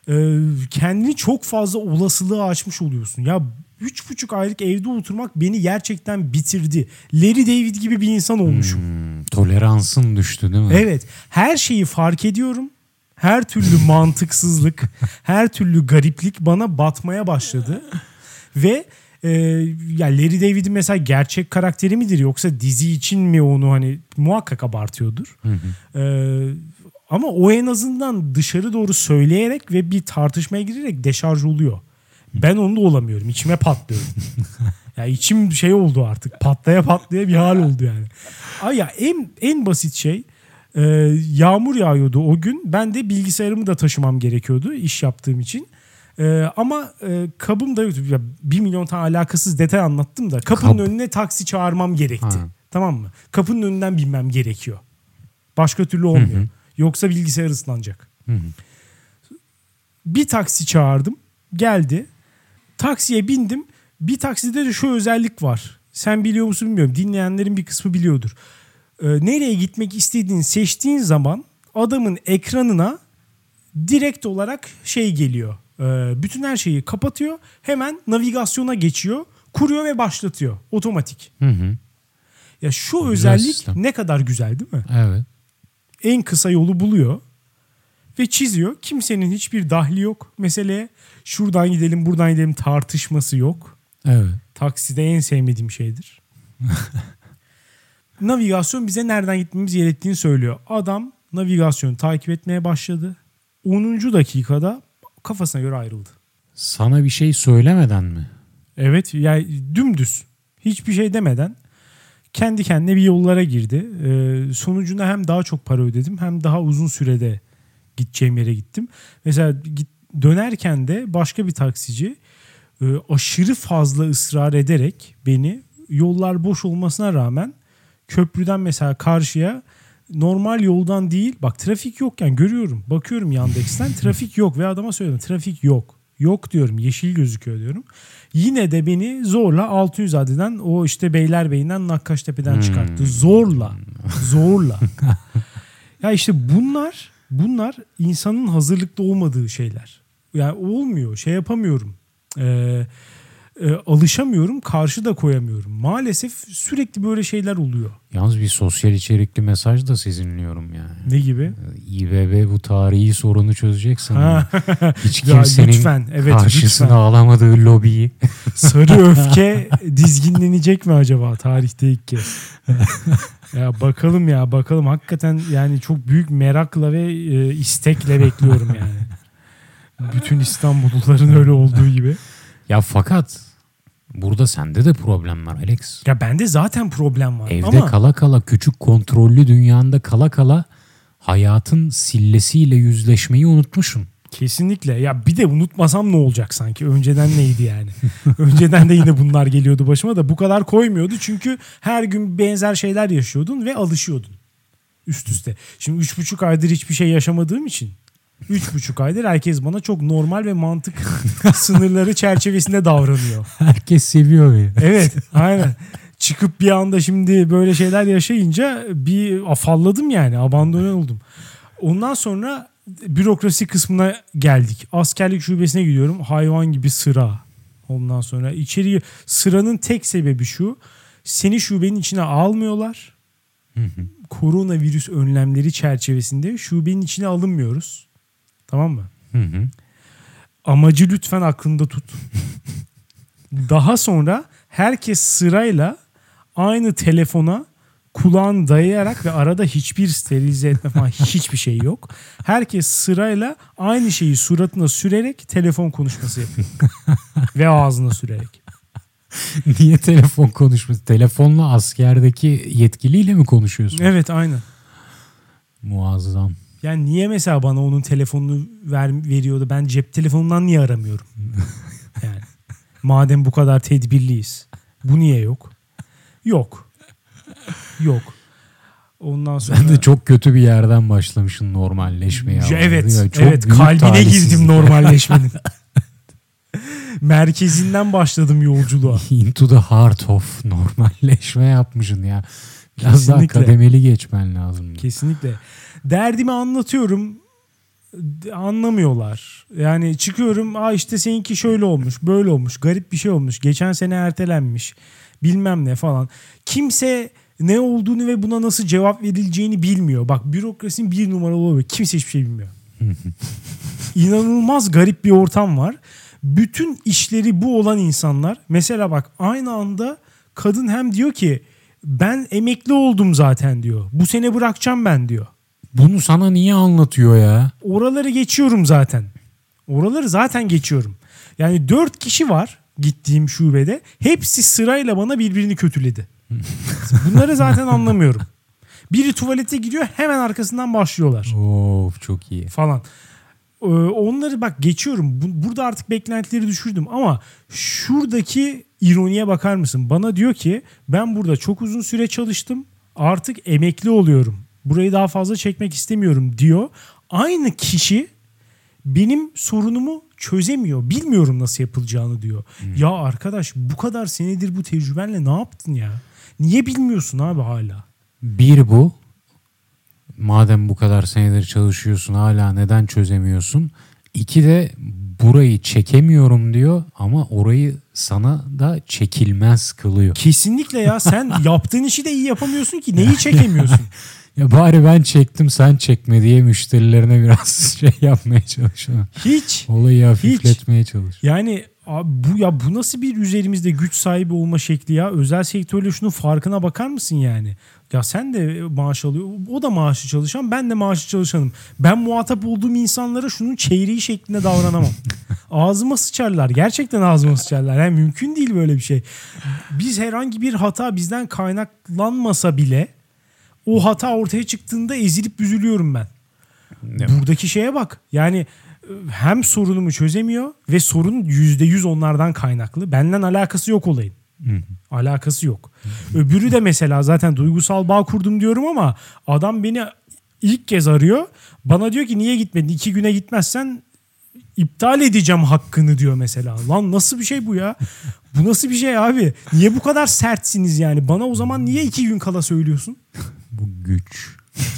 [SPEAKER 1] e, kendini çok fazla olasılığa açmış oluyorsun. Ya üç buçuk aylık evde oturmak beni gerçekten bitirdi. Larry David gibi bir insan olmuşum.
[SPEAKER 2] Hmm, toleransın düştü değil mi?
[SPEAKER 1] Evet. Her şeyi fark ediyorum. Her türlü mantıksızlık, her türlü gariplik bana batmaya başladı. Ve e, ya Larry David'in mesela gerçek karakteri midir yoksa dizi için mi onu hani muhakkak abartıyordur.
[SPEAKER 2] Hı hı.
[SPEAKER 1] E, ama o en azından dışarı doğru söyleyerek ve bir tartışmaya girerek deşarj oluyor. Ben onu da olamıyorum. İçime patlıyorum. Ya içim şey oldu artık. Patlaya patlaya bir hal oldu yani. Ay ya en en basit şey e, yağmur yağıyordu o gün. Ben de bilgisayarımı da taşımam gerekiyordu iş yaptığım için. E, ama e, kabım da yoktu. Ya, bir milyon tane alakasız detay anlattım da kapının
[SPEAKER 2] Kap.
[SPEAKER 1] önüne taksi çağırmam gerekti.
[SPEAKER 2] Ha.
[SPEAKER 1] Tamam mı? Kapının önünden binmem gerekiyor. Başka türlü olmuyor.
[SPEAKER 2] Hı hı.
[SPEAKER 1] Yoksa bilgisayar ıslanacak.
[SPEAKER 2] Hı hı.
[SPEAKER 1] Bir taksi çağırdım. Geldi. Taksiye bindim. Bir takside de şu özellik var. Sen biliyor musun bilmiyorum. Dinleyenlerin bir kısmı biliyordur. Ee, nereye gitmek istediğini seçtiğin zaman adamın ekranına direkt olarak şey geliyor. Ee, bütün her şeyi kapatıyor. Hemen navigasyona geçiyor. Kuruyor ve başlatıyor. Otomatik.
[SPEAKER 2] Hı hı.
[SPEAKER 1] Ya şu
[SPEAKER 2] Güzel
[SPEAKER 1] özellik
[SPEAKER 2] sistem.
[SPEAKER 1] ne kadar güzel değil mi?
[SPEAKER 2] Evet.
[SPEAKER 1] En kısa yolu buluyor. Ve çiziyor. Kimsenin hiçbir dahli yok meseleye. Şuradan gidelim buradan gidelim tartışması yok.
[SPEAKER 2] Evet.
[SPEAKER 1] Takside en sevmediğim şeydir. Navigasyon bize nereden gitmemiz gerektiğini söylüyor. Adam navigasyonu takip etmeye başladı. onuncu dakikada kafasına göre ayrıldı.
[SPEAKER 2] Sana bir şey söylemeden mi?
[SPEAKER 1] Evet yani dümdüz hiçbir şey demeden kendi kendine bir yollara girdi. Ee, sonucunda hem daha çok para ödedim hem daha uzun sürede gideceğim yere gittim. Mesela git, dönerken de başka bir taksici e, aşırı fazla ısrar ederek beni yollar boş olmasına rağmen köprüden mesela karşıya normal yoldan değil bak trafik yokken görüyorum bakıyorum Yandex'ten trafik yok ve adama söylüyorum trafik yok. Yok diyorum yeşil gözüküyor diyorum. Yine de beni zorla Altunizade'den o işte Beylerbeyi'nden Nakkaştepe'den
[SPEAKER 2] Hmm.
[SPEAKER 1] çıkarttı. Zorla. Zorla. Ya işte bunlar bunlar insanın hazırlıklı olmadığı şeyler. Yani olmuyor. Şey yapamıyorum. Ee, e, alışamıyorum. Karşı da koyamıyorum. Maalesef sürekli böyle şeyler oluyor.
[SPEAKER 2] Yalnız bir sosyal içerikli mesaj da sezinliyorum yani.
[SPEAKER 1] Ne gibi?
[SPEAKER 2] İ B B bu tarihi sorunu çözeceksin.
[SPEAKER 1] Ha.
[SPEAKER 2] Hiç
[SPEAKER 1] Ya
[SPEAKER 2] kimsenin
[SPEAKER 1] lütfen, evet,
[SPEAKER 2] karşısına
[SPEAKER 1] lütfen.
[SPEAKER 2] alamadığı lobiyi.
[SPEAKER 1] Sarı öfke dizginlenecek mi acaba tarihte ilk kez? Ya bakalım ya bakalım. Hakikaten yani çok büyük merakla ve e, istekle bekliyorum yani. Bütün İstanbulluların öyle olduğu gibi.
[SPEAKER 2] Ya fakat burada sende de problem var Alex.
[SPEAKER 1] Ya bende zaten problem var.
[SPEAKER 2] Evde
[SPEAKER 1] ama
[SPEAKER 2] kala kala küçük kontrollü dünyanda kala kala hayatın sillesiyle yüzleşmeyi unutmuşsun.
[SPEAKER 1] kesinlikle. Ya bir de unutmasam ne olacak sanki? Önceden neydi yani? Önceden de yine bunlar geliyordu başıma da bu kadar koymuyordu. Çünkü her gün benzer şeyler yaşıyordun ve alışıyordun. Üst üste. Şimdi üç buçuk aydır hiçbir şey yaşamadığım için üç buçuk aydır herkes bana çok normal ve mantık sınırları çerçevesinde davranıyor.
[SPEAKER 2] Herkes seviyor beni.
[SPEAKER 1] Evet, aynen. Çıkıp bir anda şimdi böyle şeyler yaşayınca bir afalladım yani. Abandone oldum. Ondan sonra bürokrasi kısmına geldik. Askerlik şubesine gidiyorum. Hayvan gibi sıra. Ondan sonra içeri sıranın tek sebebi şu. Seni şubenin içine almıyorlar.
[SPEAKER 2] Hı hı.
[SPEAKER 1] Koronavirüs önlemleri çerçevesinde şubenin içine alınmıyoruz. Tamam mı?
[SPEAKER 2] Hı hı.
[SPEAKER 1] Amacı lütfen aklında tut. Daha sonra herkes sırayla aynı telefona kulağını dayayarak ve arada hiçbir sterilize etme falan hiçbir şey yok. Herkes sırayla aynı şeyi suratına sürerek telefon konuşması yapıyor. Ve ağzına sürerek.
[SPEAKER 2] Niye telefon konuşması? Telefonla askerdeki yetkiliyle mi konuşuyorsun?
[SPEAKER 1] Evet, aynen.
[SPEAKER 2] Muazzam.
[SPEAKER 1] Yani niye mesela bana onun telefonunu ver, veriyordu? Ben cep telefonundan niye aramıyorum? Yani madem bu kadar tedbirliyiz. Bu niye yok? Yok. Yok. Ondan sonra...
[SPEAKER 2] Sen de çok kötü bir yerden başlamışsın normalleşmeye.
[SPEAKER 1] Evet.
[SPEAKER 2] Ya, çok
[SPEAKER 1] evet.
[SPEAKER 2] büyük
[SPEAKER 1] Kalbine
[SPEAKER 2] talihsizlik.
[SPEAKER 1] girdim normalleşmenin. Merkezinden başladım yolculuğa.
[SPEAKER 2] Into the heart of normalleşme yapmışsın ya. Biraz
[SPEAKER 1] Kesinlikle.
[SPEAKER 2] daha kademeli geçmen lazım.
[SPEAKER 1] Kesinlikle. Derdimi anlatıyorum. anlamıyorlar. Yani çıkıyorum, aa işte seninki şöyle olmuş, böyle olmuş, garip bir şey olmuş, geçen sene ertelenmiş, bilmem ne falan. Kimse ne olduğunu ve buna nasıl cevap verileceğini bilmiyor. Bak, bürokrasinin bir numaralı oluyor. Kimse hiçbir şey bilmiyor. İnanılmaz garip bir ortam var. Bütün işleri bu olan insanlar, mesela bak, aynı anda kadın hem diyor ki ben emekli oldum zaten diyor. Bu sene bırakacağım ben diyor.
[SPEAKER 2] Bunu sana niye anlatıyor ya?
[SPEAKER 1] Oraları geçiyorum zaten. Oraları zaten geçiyorum. Yani dört kişi var gittiğim şubede. Hepsi sırayla bana birbirini kötüledi. Bunları zaten anlamıyorum. Biri tuvalete gidiyor, hemen arkasından başlıyorlar.
[SPEAKER 2] Of, çok iyi.
[SPEAKER 1] Falan. Ee, onları bak geçiyorum. Bu, burada artık beklentileri düşürdüm ama şuradaki ironiye bakar mısın? Bana diyor ki ben burada çok uzun süre çalıştım. Artık emekli oluyorum. Burayı daha fazla çekmek istemiyorum diyor. Aynı kişi benim sorunumu çözemiyor. Bilmiyorum nasıl yapılacağını diyor. Hmm. Ya arkadaş, bu kadar senedir bu tecrübenle ne yaptın ya? Niye bilmiyorsun abi hala?
[SPEAKER 2] Bir bu. Madem bu kadar senedir çalışıyorsun, hala neden çözemiyorsun? İki de burayı çekemiyorum diyor ama orayı sana da çekilmez kılıyor.
[SPEAKER 1] Kesinlikle ya, sen yaptığın işi de iyi yapamıyorsun ki, neyi çekemiyorsun?
[SPEAKER 2] Ya bari ben çektim sen çekme diye müşterilerine biraz şey yapmaya çalışıyor.
[SPEAKER 1] Hiç.
[SPEAKER 2] Olayı hafifletmeye çalışıyor.
[SPEAKER 1] Yani abi bu ya bu nasıl bir üzerimizde güç sahibi olma şekli ya? Özel sektörle şunun farkına bakar mısın yani? Ya sen de maaş alıyor, o da maaşı çalışan, ben de maaşı çalışanım. Ben muhatap olduğum insanlara şunun çeyreği şeklinde davranamam. Ağzıma sıçarlar. Gerçekten ağzıma sıçarlar. Yani mümkün değil böyle bir şey. Biz herhangi bir hata bizden kaynaklanmasa bile o hata ortaya çıktığında ezilip büzülüyorum ben. Evet. Buradaki şeye bak. Yani hem sorunumu çözemiyor ve sorun yüzde yüz onlardan kaynaklı. Benden alakası yok olayın. Hı hı. Alakası yok. Hı hı. Öbürü de mesela zaten duygusal bağ kurdum diyorum ama adam beni ilk kez arıyor. Bana diyor ki niye gitmedin? İki güne gitmezsen iptal edeceğim hakkını diyor mesela. Lan nasıl bir şey bu ya? Bu nasıl bir şey abi? Niye bu kadar sertsiniz yani? Bana o zaman niye iki gün kala söylüyorsun?
[SPEAKER 2] Bu güç.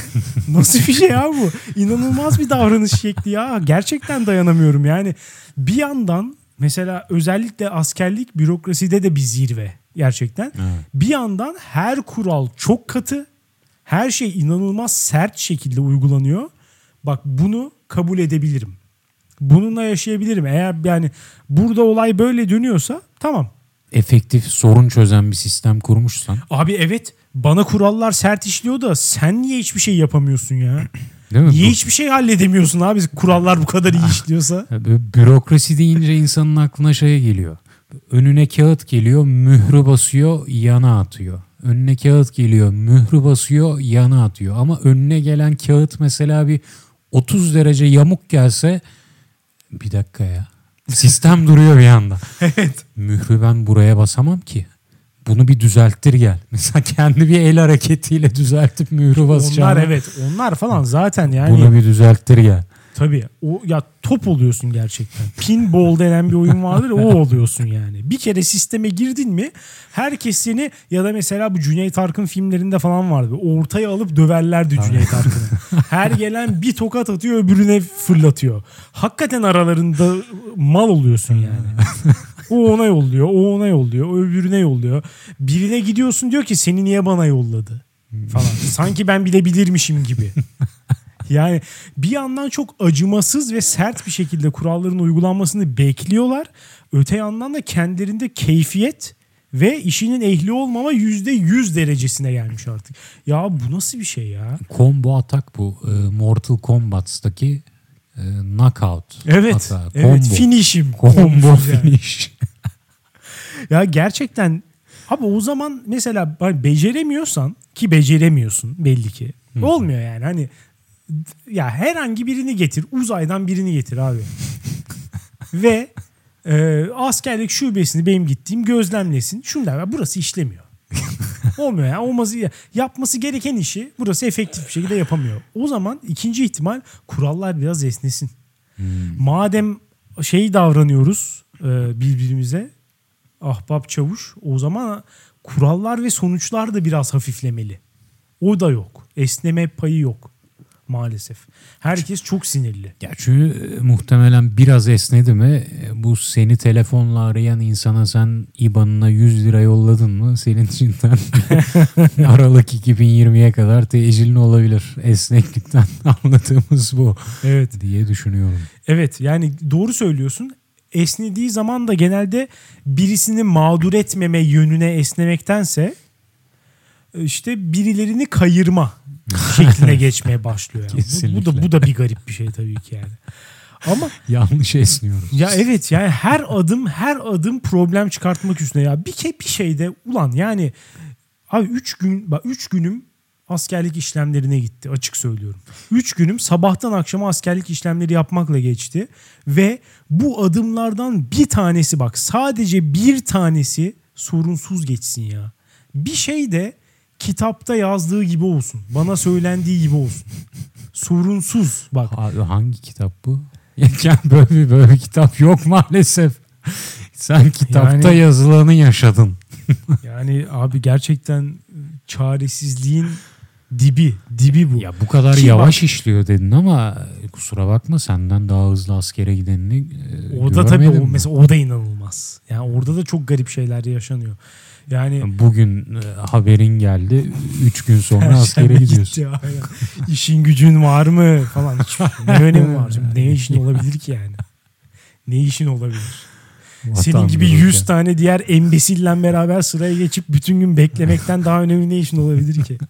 [SPEAKER 1] Nasıl bir şey ya bu? İnanılmaz bir davranış şekli ya. Gerçekten dayanamıyorum yani. Bir yandan mesela özellikle askerlik bürokraside de bir zirve gerçekten. Evet. Bir yandan her kural çok katı. Her şey inanılmaz sert şekilde uygulanıyor. Bak, bunu kabul edebilirim. Bununla yaşayabilirim. Eğer yani burada olay böyle dönüyorsa tamam.
[SPEAKER 2] Efektif sorun çözen bir sistem kurmuşsan.
[SPEAKER 1] Abi evet, bana kurallar sert işliyor da sen niye hiçbir şey yapamıyorsun ya?
[SPEAKER 2] Değil mi?
[SPEAKER 1] Niye
[SPEAKER 2] bu...
[SPEAKER 1] hiçbir şey halledemiyorsun abi, kurallar bu kadar iyi işliyorsa?
[SPEAKER 2] Bürokrasi deyince insanın aklına şey geliyor. Önüne kağıt geliyor, mührü basıyor, yana atıyor. Önüne kağıt geliyor, mührü basıyor, yana atıyor. Ama önüne gelen kağıt mesela bir otuz derece yamuk gelse, bir dakika ya. Sistem duruyor bir anda.
[SPEAKER 1] Evet.
[SPEAKER 2] Mührü ben buraya basamam ki. Bunu bir düzelttir gel. Mesela kendi bir el hareketiyle düzeltip mührü basacağım.
[SPEAKER 1] Onlar evet. Onlar falan zaten yani.
[SPEAKER 2] Bunu bir düzelttir gel.
[SPEAKER 1] Tabii. O ya top oluyorsun gerçekten. Pinball denen bir oyun vardır ya, o oluyorsun yani. Bir kere sisteme girdin mi herkes seni, ya da mesela bu Cüneyt Arkın filmlerinde falan vardı. Ortaya alıp döverlerdi Cüneyt Arkın'ı. Her gelen bir tokat atıyor, öbürüne fırlatıyor. Hakikaten aralarında mal oluyorsun yani. O ona yolluyor, o ona yolluyor, o öbürüne yolluyor. Birine gidiyorsun diyor ki seni niye bana yolladı falan. Sanki ben bilebilirmişim gibi. Yani bir yandan çok acımasız ve sert bir şekilde kuralların uygulanmasını bekliyorlar. Öte yandan da kendilerinde keyfiyet ve işinin ehli olmama yüzde yüz derecesine gelmiş artık. Ya bu nasıl bir şey ya?
[SPEAKER 2] Combo atak bu. Mortal Kombat'taki knockout.
[SPEAKER 1] Evet.
[SPEAKER 2] Hata.
[SPEAKER 1] Evet. Finish'im.
[SPEAKER 2] Combo finish.
[SPEAKER 1] Ya gerçekten abi o zaman mesela beceremiyorsan, ki beceremiyorsun belli ki. Hı. Olmuyor yani. Hani ya herhangi birini getir. Uzaydan birini getir abi. Ve e, askerlik şubesini benim gittiğim gözlemlesin. Şunu der, burası işlemiyor. Olmuyor ya. Olmaz, yapması gereken işi burası efektif bir şekilde yapamıyor. O zaman ikinci ihtimal, kurallar biraz esnesin. Hmm. Madem şey davranıyoruz e, birbirimize, ahbap çavuş, o zaman kurallar ve sonuçlar da biraz hafiflemeli. O da yok. Esneme payı yok. maalesef. Herkes çok sinirli.
[SPEAKER 2] Ya çünkü muhtemelen biraz esnedi mi bu seni telefonla arayan insana sen İ B A N'ına yüz lira yolladın mı senin içinden Aralık iki bin yirmiye kadar tecilli olabilir. Esneklikten anladığımız bu.
[SPEAKER 1] Evet
[SPEAKER 2] diye düşünüyorum.
[SPEAKER 1] Evet yani doğru söylüyorsun. Esnediği zaman da genelde birisini mağdur etmeme yönüne esnemektense işte birilerini kayırma şekline geçmeye başlıyor. Yani. Bu, bu da bu da bir garip bir şey tabii ki yani. Ama
[SPEAKER 2] yanlış esniyoruz.
[SPEAKER 1] Ya evet yani her adım her adım problem çıkartmak üstüne ya. Bir ke bir şeyde ulan yani abi üç gün bak üç günüm askerlik işlemlerine gitti açık söylüyorum. üç günüm sabahtan akşama askerlik işlemleri yapmakla geçti ve bu adımlardan bir tanesi bak sadece bir tanesi sorunsuz geçsin ya. Bir şey de kitapta yazdığı gibi olsun. Bana söylendiği gibi olsun. Sorunsuz bak.
[SPEAKER 2] Abi hangi kitap bu? Yani böyle bir, böyle bir kitap yok maalesef. Sen kitapta yani, yazılanı yaşadın.
[SPEAKER 1] Yani abi gerçekten çaresizliğin dibi. Dibi bu.
[SPEAKER 2] Ya bu kadar
[SPEAKER 1] Ki
[SPEAKER 2] yavaş
[SPEAKER 1] bak,
[SPEAKER 2] işliyor dedin ama kusura bakma senden daha hızlı askere gidenini e,
[SPEAKER 1] o da tabii o, mesela o da inanılmaz. Yani orada da çok garip şeyler yaşanıyor. Yani
[SPEAKER 2] bugün e, haberin geldi. Üç gün sonra askere gidiyorsun.
[SPEAKER 1] İşin gücün var mı falan. Hiç, ne önemi var? Şimdi ne işin olabilir ki yani? Ne işin olabilir? Vatan Senin gibi yüz yani. Tane diğer embesille beraber sıraya geçip bütün gün beklemekten daha önemli ne işin olabilir ki?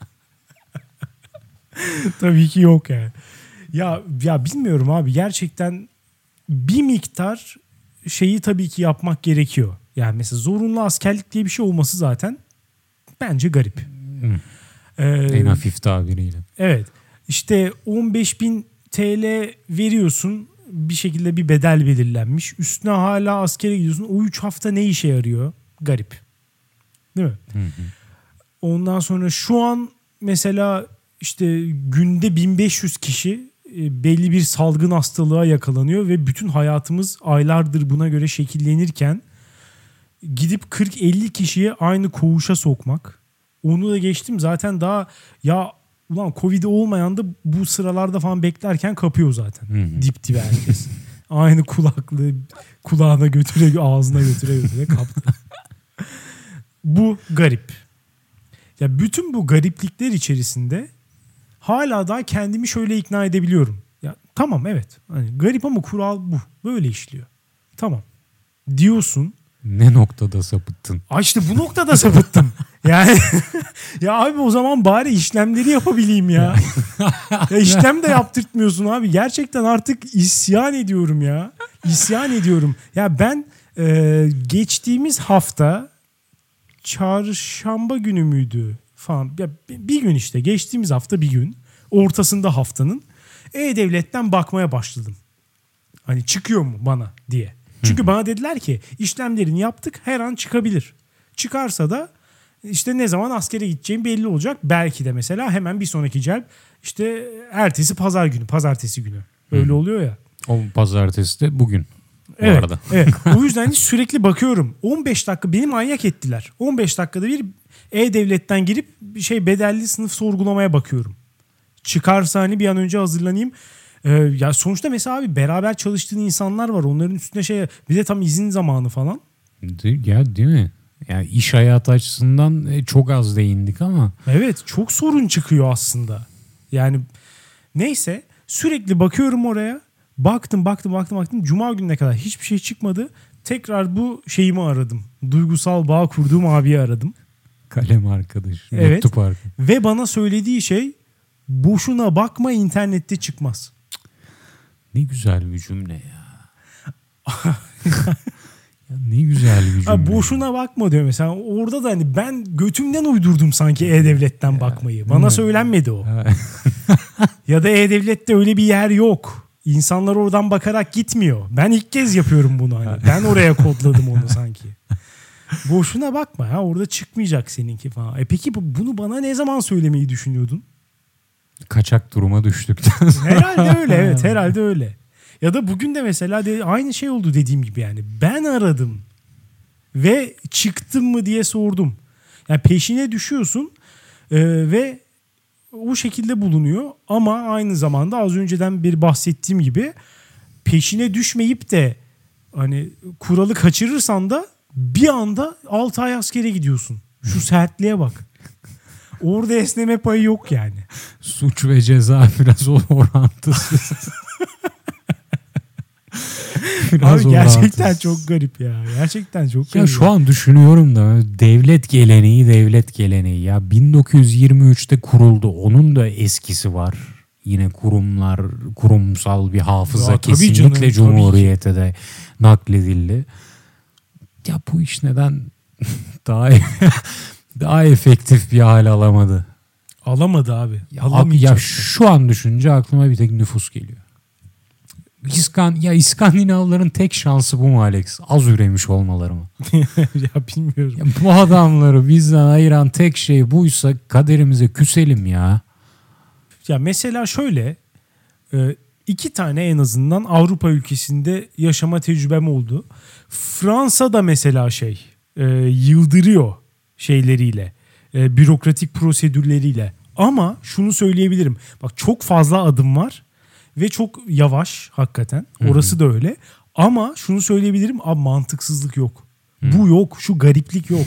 [SPEAKER 1] Tabii ki yok yani. Ya ya bilmiyorum abi gerçekten bir miktar şeyi tabii ki yapmak gerekiyor. Yani mesela zorunlu askerlik diye bir şey olması zaten bence garip.
[SPEAKER 2] Hmm. Ee, en hafif tabiriyle.
[SPEAKER 1] Evet. İşte on beş bin T L veriyorsun. Bir şekilde bir bedel belirlenmiş. Üstüne hala askere gidiyorsun. O üç hafta ne işe yarıyor? Garip. Değil mi?
[SPEAKER 2] Hı hı.
[SPEAKER 1] Ondan sonra şu an mesela işte günde bin beş yüz kişi belli bir salgın hastalığa yakalanıyor ve bütün hayatımız aylardır buna göre şekillenirken gidip kırk elli kişiye aynı koğuşa sokmak. Onu da geçtim zaten daha ya ulan Covid olmayan da bu sıralarda falan beklerken kapıyor zaten. Hı hı. Dip dibe herkes. Aynı kulaklığı kulağına götüre ağzına götüre götüre kaptı. Bu garip. Ya bütün bu gariplikler içerisinde hala daha kendimi şöyle ikna edebiliyorum. Ya tamam evet. Hani garip ama kural bu. Böyle işliyor. Tamam. Diyorsun.
[SPEAKER 2] Ne noktada sapıttın?
[SPEAKER 1] Aa işte bu noktada sapıttım. Yani ya abi o zaman bari işlemleri yapabileyim ya. Ya işlem de yaptırtmıyorsun abi. Gerçekten artık isyan ediyorum ya. İsyan ediyorum. Ya ben e, geçtiğimiz hafta çarşamba günü müydü falan. Ya bir gün işte geçtiğimiz hafta bir gün ortasında haftanın E-Devlet'ten bakmaya başladım. Hani çıkıyor mu bana diye. Çünkü bana dediler ki işlemlerini yaptık her an çıkabilir. Çıkarsa da işte ne zaman askere gideceğim belli olacak. Belki de mesela hemen bir sonraki celp işte ertesi pazar günü, pazartesi günü. Öyle Hı. oluyor ya.
[SPEAKER 2] O pazartesi de bugün.
[SPEAKER 1] Evet,
[SPEAKER 2] arada.
[SPEAKER 1] evet. O yüzden sürekli bakıyorum. on beş dakika beni manyak ettiler. on beş dakikada bir E-Devlet'ten girip bir şey bedelli sınıf sorgulamaya bakıyorum. Çıkarsa hani bir an önce hazırlanayım. Ee, ya sonuçta mesela abi beraber çalıştığın insanlar var. Onların üstüne şey bir de tam izin zamanı falan.
[SPEAKER 2] Ya değil mi? Yani iş hayatı açısından çok az değindik ama.
[SPEAKER 1] Evet çok sorun çıkıyor aslında. Yani neyse sürekli bakıyorum oraya. Baktım baktım baktım baktım. Cuma gününe kadar hiçbir şey çıkmadı. Tekrar bu şeyimi aradım. Duygusal bağ kurduğum abiyi aradım.
[SPEAKER 2] Kalem arkadaş.
[SPEAKER 1] Evet.
[SPEAKER 2] Mektup arkadaş.
[SPEAKER 1] Ve bana söylediği şey boşuna bakma internette çıkmaz.
[SPEAKER 2] Ne güzel bir cümle ya. Ya ne güzel bir cümle.
[SPEAKER 1] Ha, boşuna bakma diyor mesela. Orada da hani ben götümden uydurdum sanki E-Devlet'ten ya, bakmayı. Bana söylenmedi o. Ya da E-Devlet'te öyle bir yer yok. İnsanlar oradan bakarak gitmiyor. Ben ilk kez yapıyorum bunu hani. Ben oraya kodladım onu sanki. Boşuna bakma ya orada çıkmayacak seninki falan. E peki bunu bana ne zaman söylemeyi düşünüyordun?
[SPEAKER 2] Kaçak duruma düştükten sonra.
[SPEAKER 1] Herhalde öyle evet herhalde öyle. Ya da bugün de mesela de, aynı şey oldu dediğim gibi yani. Ben aradım ve çıktım mı diye sordum. Yani peşine düşüyorsun e, ve o şekilde bulunuyor ama aynı zamanda az önceden bir bahsettiğim gibi peşine düşmeyip de hani kuralı kaçırırsan da bir anda altı ay askere gidiyorsun. Şu sertliğe bak. Orada esneme payı yok yani.
[SPEAKER 2] Suç ve ceza biraz orantısız.
[SPEAKER 1] Abi gerçekten orantısız. Çok garip ya. Gerçekten çok garip.
[SPEAKER 2] Ya şu an düşünüyorum da devlet geleneği devlet geleneği ya bin dokuz yüz yirmi üçte kuruldu. Onun da eskisi var. Yine kurumlar, kurumsal bir hafıza ya, kesinlikle canım, Cumhuriyete de nakledildi. Ya bu iş neden daha daha efektif bir hal alamadı?
[SPEAKER 1] Alamadı abi.
[SPEAKER 2] Ya, abi ya şu an düşünce aklıma bir tek nüfus geliyor. İskan, ya İskandinavların tek şansı bu mu Alex? Az üremiş olmaları mı?
[SPEAKER 1] Ya bilmiyorum.
[SPEAKER 2] Ya bu adamları bizden ayıran tek şey buysa kaderimize küselim ya.
[SPEAKER 1] Ya mesela şöyle iki tane en azından Avrupa ülkesinde yaşama tecrübem oldu. Fransa'da mesela şey yıldırıyor şeyleriyle, bürokratik prosedürleriyle. Ama şunu söyleyebilirim. Bak çok fazla adım var ve çok yavaş hakikaten. Orası da öyle. Ama şunu söyleyebilirim. Abi mantıksızlık yok. Hı. Bu yok. Şu gariplik yok.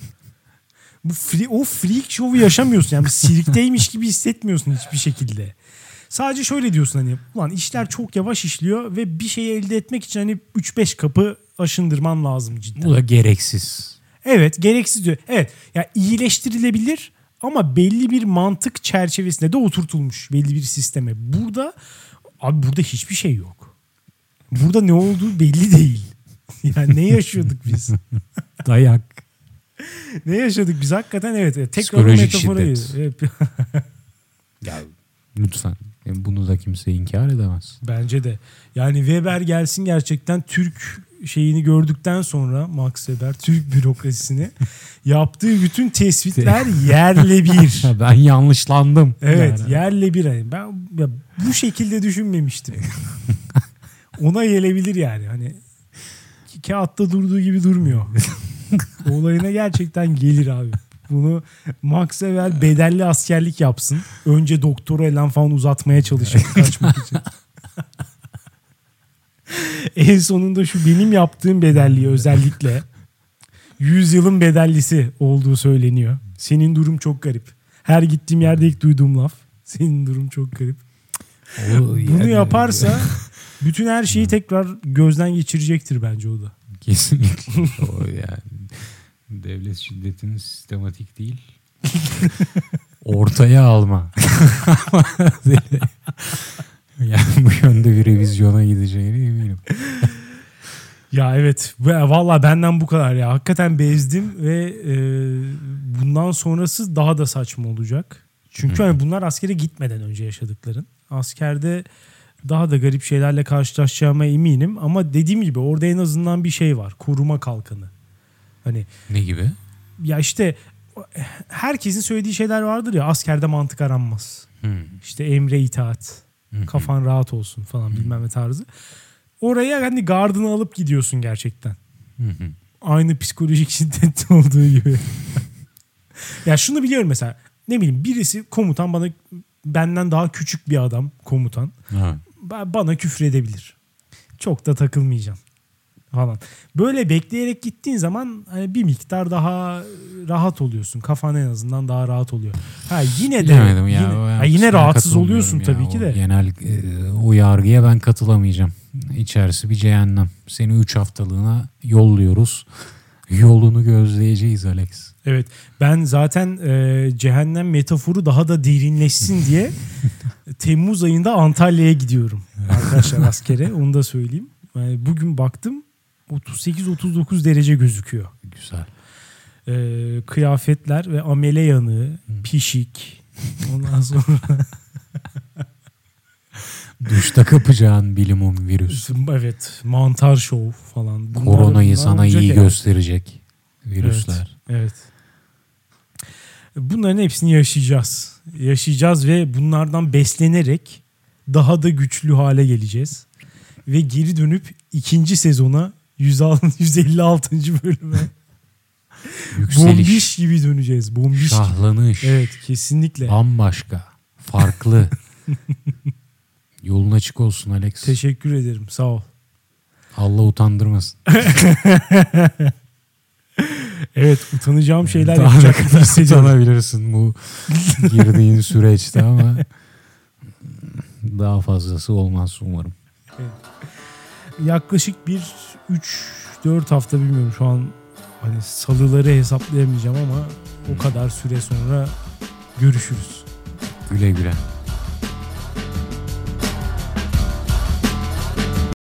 [SPEAKER 1] Bu free, o freak show'u yaşamıyorsun. Yani sirkteymiş gibi hissetmiyorsun hiçbir şekilde. Sadece şöyle diyorsun hani ulan işler çok yavaş işliyor ve bir şeyi elde etmek için hani üç beş kapı aşındırman lazım cidden.
[SPEAKER 2] Bu da gereksiz.
[SPEAKER 1] Evet gereksiz diyor. Evet yani iyileştirilebilir ama belli bir mantık çerçevesinde de oturtulmuş belli bir sisteme. Burada abi burada hiçbir şey yok. Burada ne olduğu belli değil. Yani ne yaşıyorduk biz?
[SPEAKER 2] Dayak.
[SPEAKER 1] Ne yaşadık biz hakikaten evet. Tekrar o metaforayı. Evet.
[SPEAKER 2] Ya lütfen. Yani bunu da kimse inkar edemez.
[SPEAKER 1] Bence de. Yani Weber gelsin gerçekten Türk şeyini gördükten sonra Max Weber Türk bürokrasisini yaptığı bütün tespitler yerle bir.
[SPEAKER 2] Ben yanlışlandım.
[SPEAKER 1] Evet
[SPEAKER 2] yani.
[SPEAKER 1] Yerle bir. Yani ben ya, bu şekilde düşünmemiştim. Ona gelebilir yani. Hani kağıtta durduğu gibi durmuyor. Olayına gerçekten gelir abi. Bunu Max Weber bedelli askerlik yapsın. Önce doktora elen falan uzatmaya çalışıyor kaçmak için. En sonunda şu benim yaptığım bedelliği özellikle yüz yılın bedellisi olduğu söyleniyor. Senin durum çok garip. Her gittiğim yerde ilk duyduğum laf. Senin durum çok garip. O, Bunu yani... yaparsa bütün her şeyi tekrar gözden geçirecektir bence o da.
[SPEAKER 2] Kesinlikle. O yani devlet şiddetinin sistematik değil. Ortaya alma. Yani bu yönde bir revizyona gideceğine eminim.
[SPEAKER 1] Ya evet. Valla benden bu kadar ya. Hakikaten bezdim ve e, bundan sonrası daha da saçma olacak. Çünkü hani bunlar askere gitmeden önce yaşadıkların. Askerde daha da garip şeylerle karşılaşacağıma eminim. Ama dediğim gibi orada en azından bir şey var. Koruma kalkanı. Hani
[SPEAKER 2] ne gibi?
[SPEAKER 1] Ya işte herkesin söylediği şeyler vardır ya. Askerde mantık aranmaz. Hmm. İşte emre itaat. Hmm. Kafan rahat olsun falan hmm. bilmem ne tarzı. Oraya hani gardını alıp gidiyorsun gerçekten. Hmm. Aynı psikolojik şiddette olduğu gibi. Ya şunu biliyorum mesela. Ne bileyim birisi komutan bana benden daha küçük bir adam komutan. Ha. Bana küfür edebilir. Çok da takılmayacağım falan. Böyle bekleyerek gittiğin zaman hani bir miktar daha rahat oluyorsun. Kafan en azından daha rahat oluyor. Ha yine de
[SPEAKER 2] ya,
[SPEAKER 1] yine, ha, yine rahatsız oluyorsun tabii
[SPEAKER 2] ya,
[SPEAKER 1] ki de.
[SPEAKER 2] Genel e, o yargıya ben katılamayacağım. İçerisi bir cehennem. Seni üç haftalığına yolluyoruz. Yolunu gözleyeceğiz Alex.
[SPEAKER 1] Evet. Ben zaten e, cehennem metaforu daha da derinleşsin diye Temmuz ayında Antalya'ya gidiyorum. Arkadaşlar askere. Onu da söyleyeyim. Yani bugün baktım otuz sekiz otuz dokuz derece gözüküyor.
[SPEAKER 2] Güzel.
[SPEAKER 1] Ee, kıyafetler ve amele yanığı, hmm. pişik. Ondan sonra
[SPEAKER 2] duşta kapacağın bilimum virüs.
[SPEAKER 1] Evet, mantar şov falan.
[SPEAKER 2] Bunlar, Koronayı bunlar sana iyi yani. Gösterecek virüsler.
[SPEAKER 1] Evet, evet. Bunların hepsini yaşayacağız. Yaşayacağız ve bunlardan beslenerek daha da güçlü hale geleceğiz. Ve geri dönüp ikinci sezona yüz elli altıncı bölüme
[SPEAKER 2] yükseliş.
[SPEAKER 1] Bombiş gibi döneceğiz. Bombiş
[SPEAKER 2] Şahlanış.
[SPEAKER 1] gibi. Evet kesinlikle.
[SPEAKER 2] Bambaşka. Farklı. Yolun açık olsun Alex.
[SPEAKER 1] Teşekkür ederim. Sağ ol.
[SPEAKER 2] Allah utandırmasın.
[SPEAKER 1] Evet, utanacağım şeyler
[SPEAKER 2] Daha ne
[SPEAKER 1] yapacak
[SPEAKER 2] kadar
[SPEAKER 1] hissediyorum.
[SPEAKER 2] utanabilirsin bu girdiğin süreçte ama daha fazlası olmaz umarım.
[SPEAKER 1] Yaklaşık bir üç dört hafta, bilmiyorum şu an hani salıları hesaplayamayacağım ama o kadar süre sonra görüşürüz.
[SPEAKER 2] Güle güle.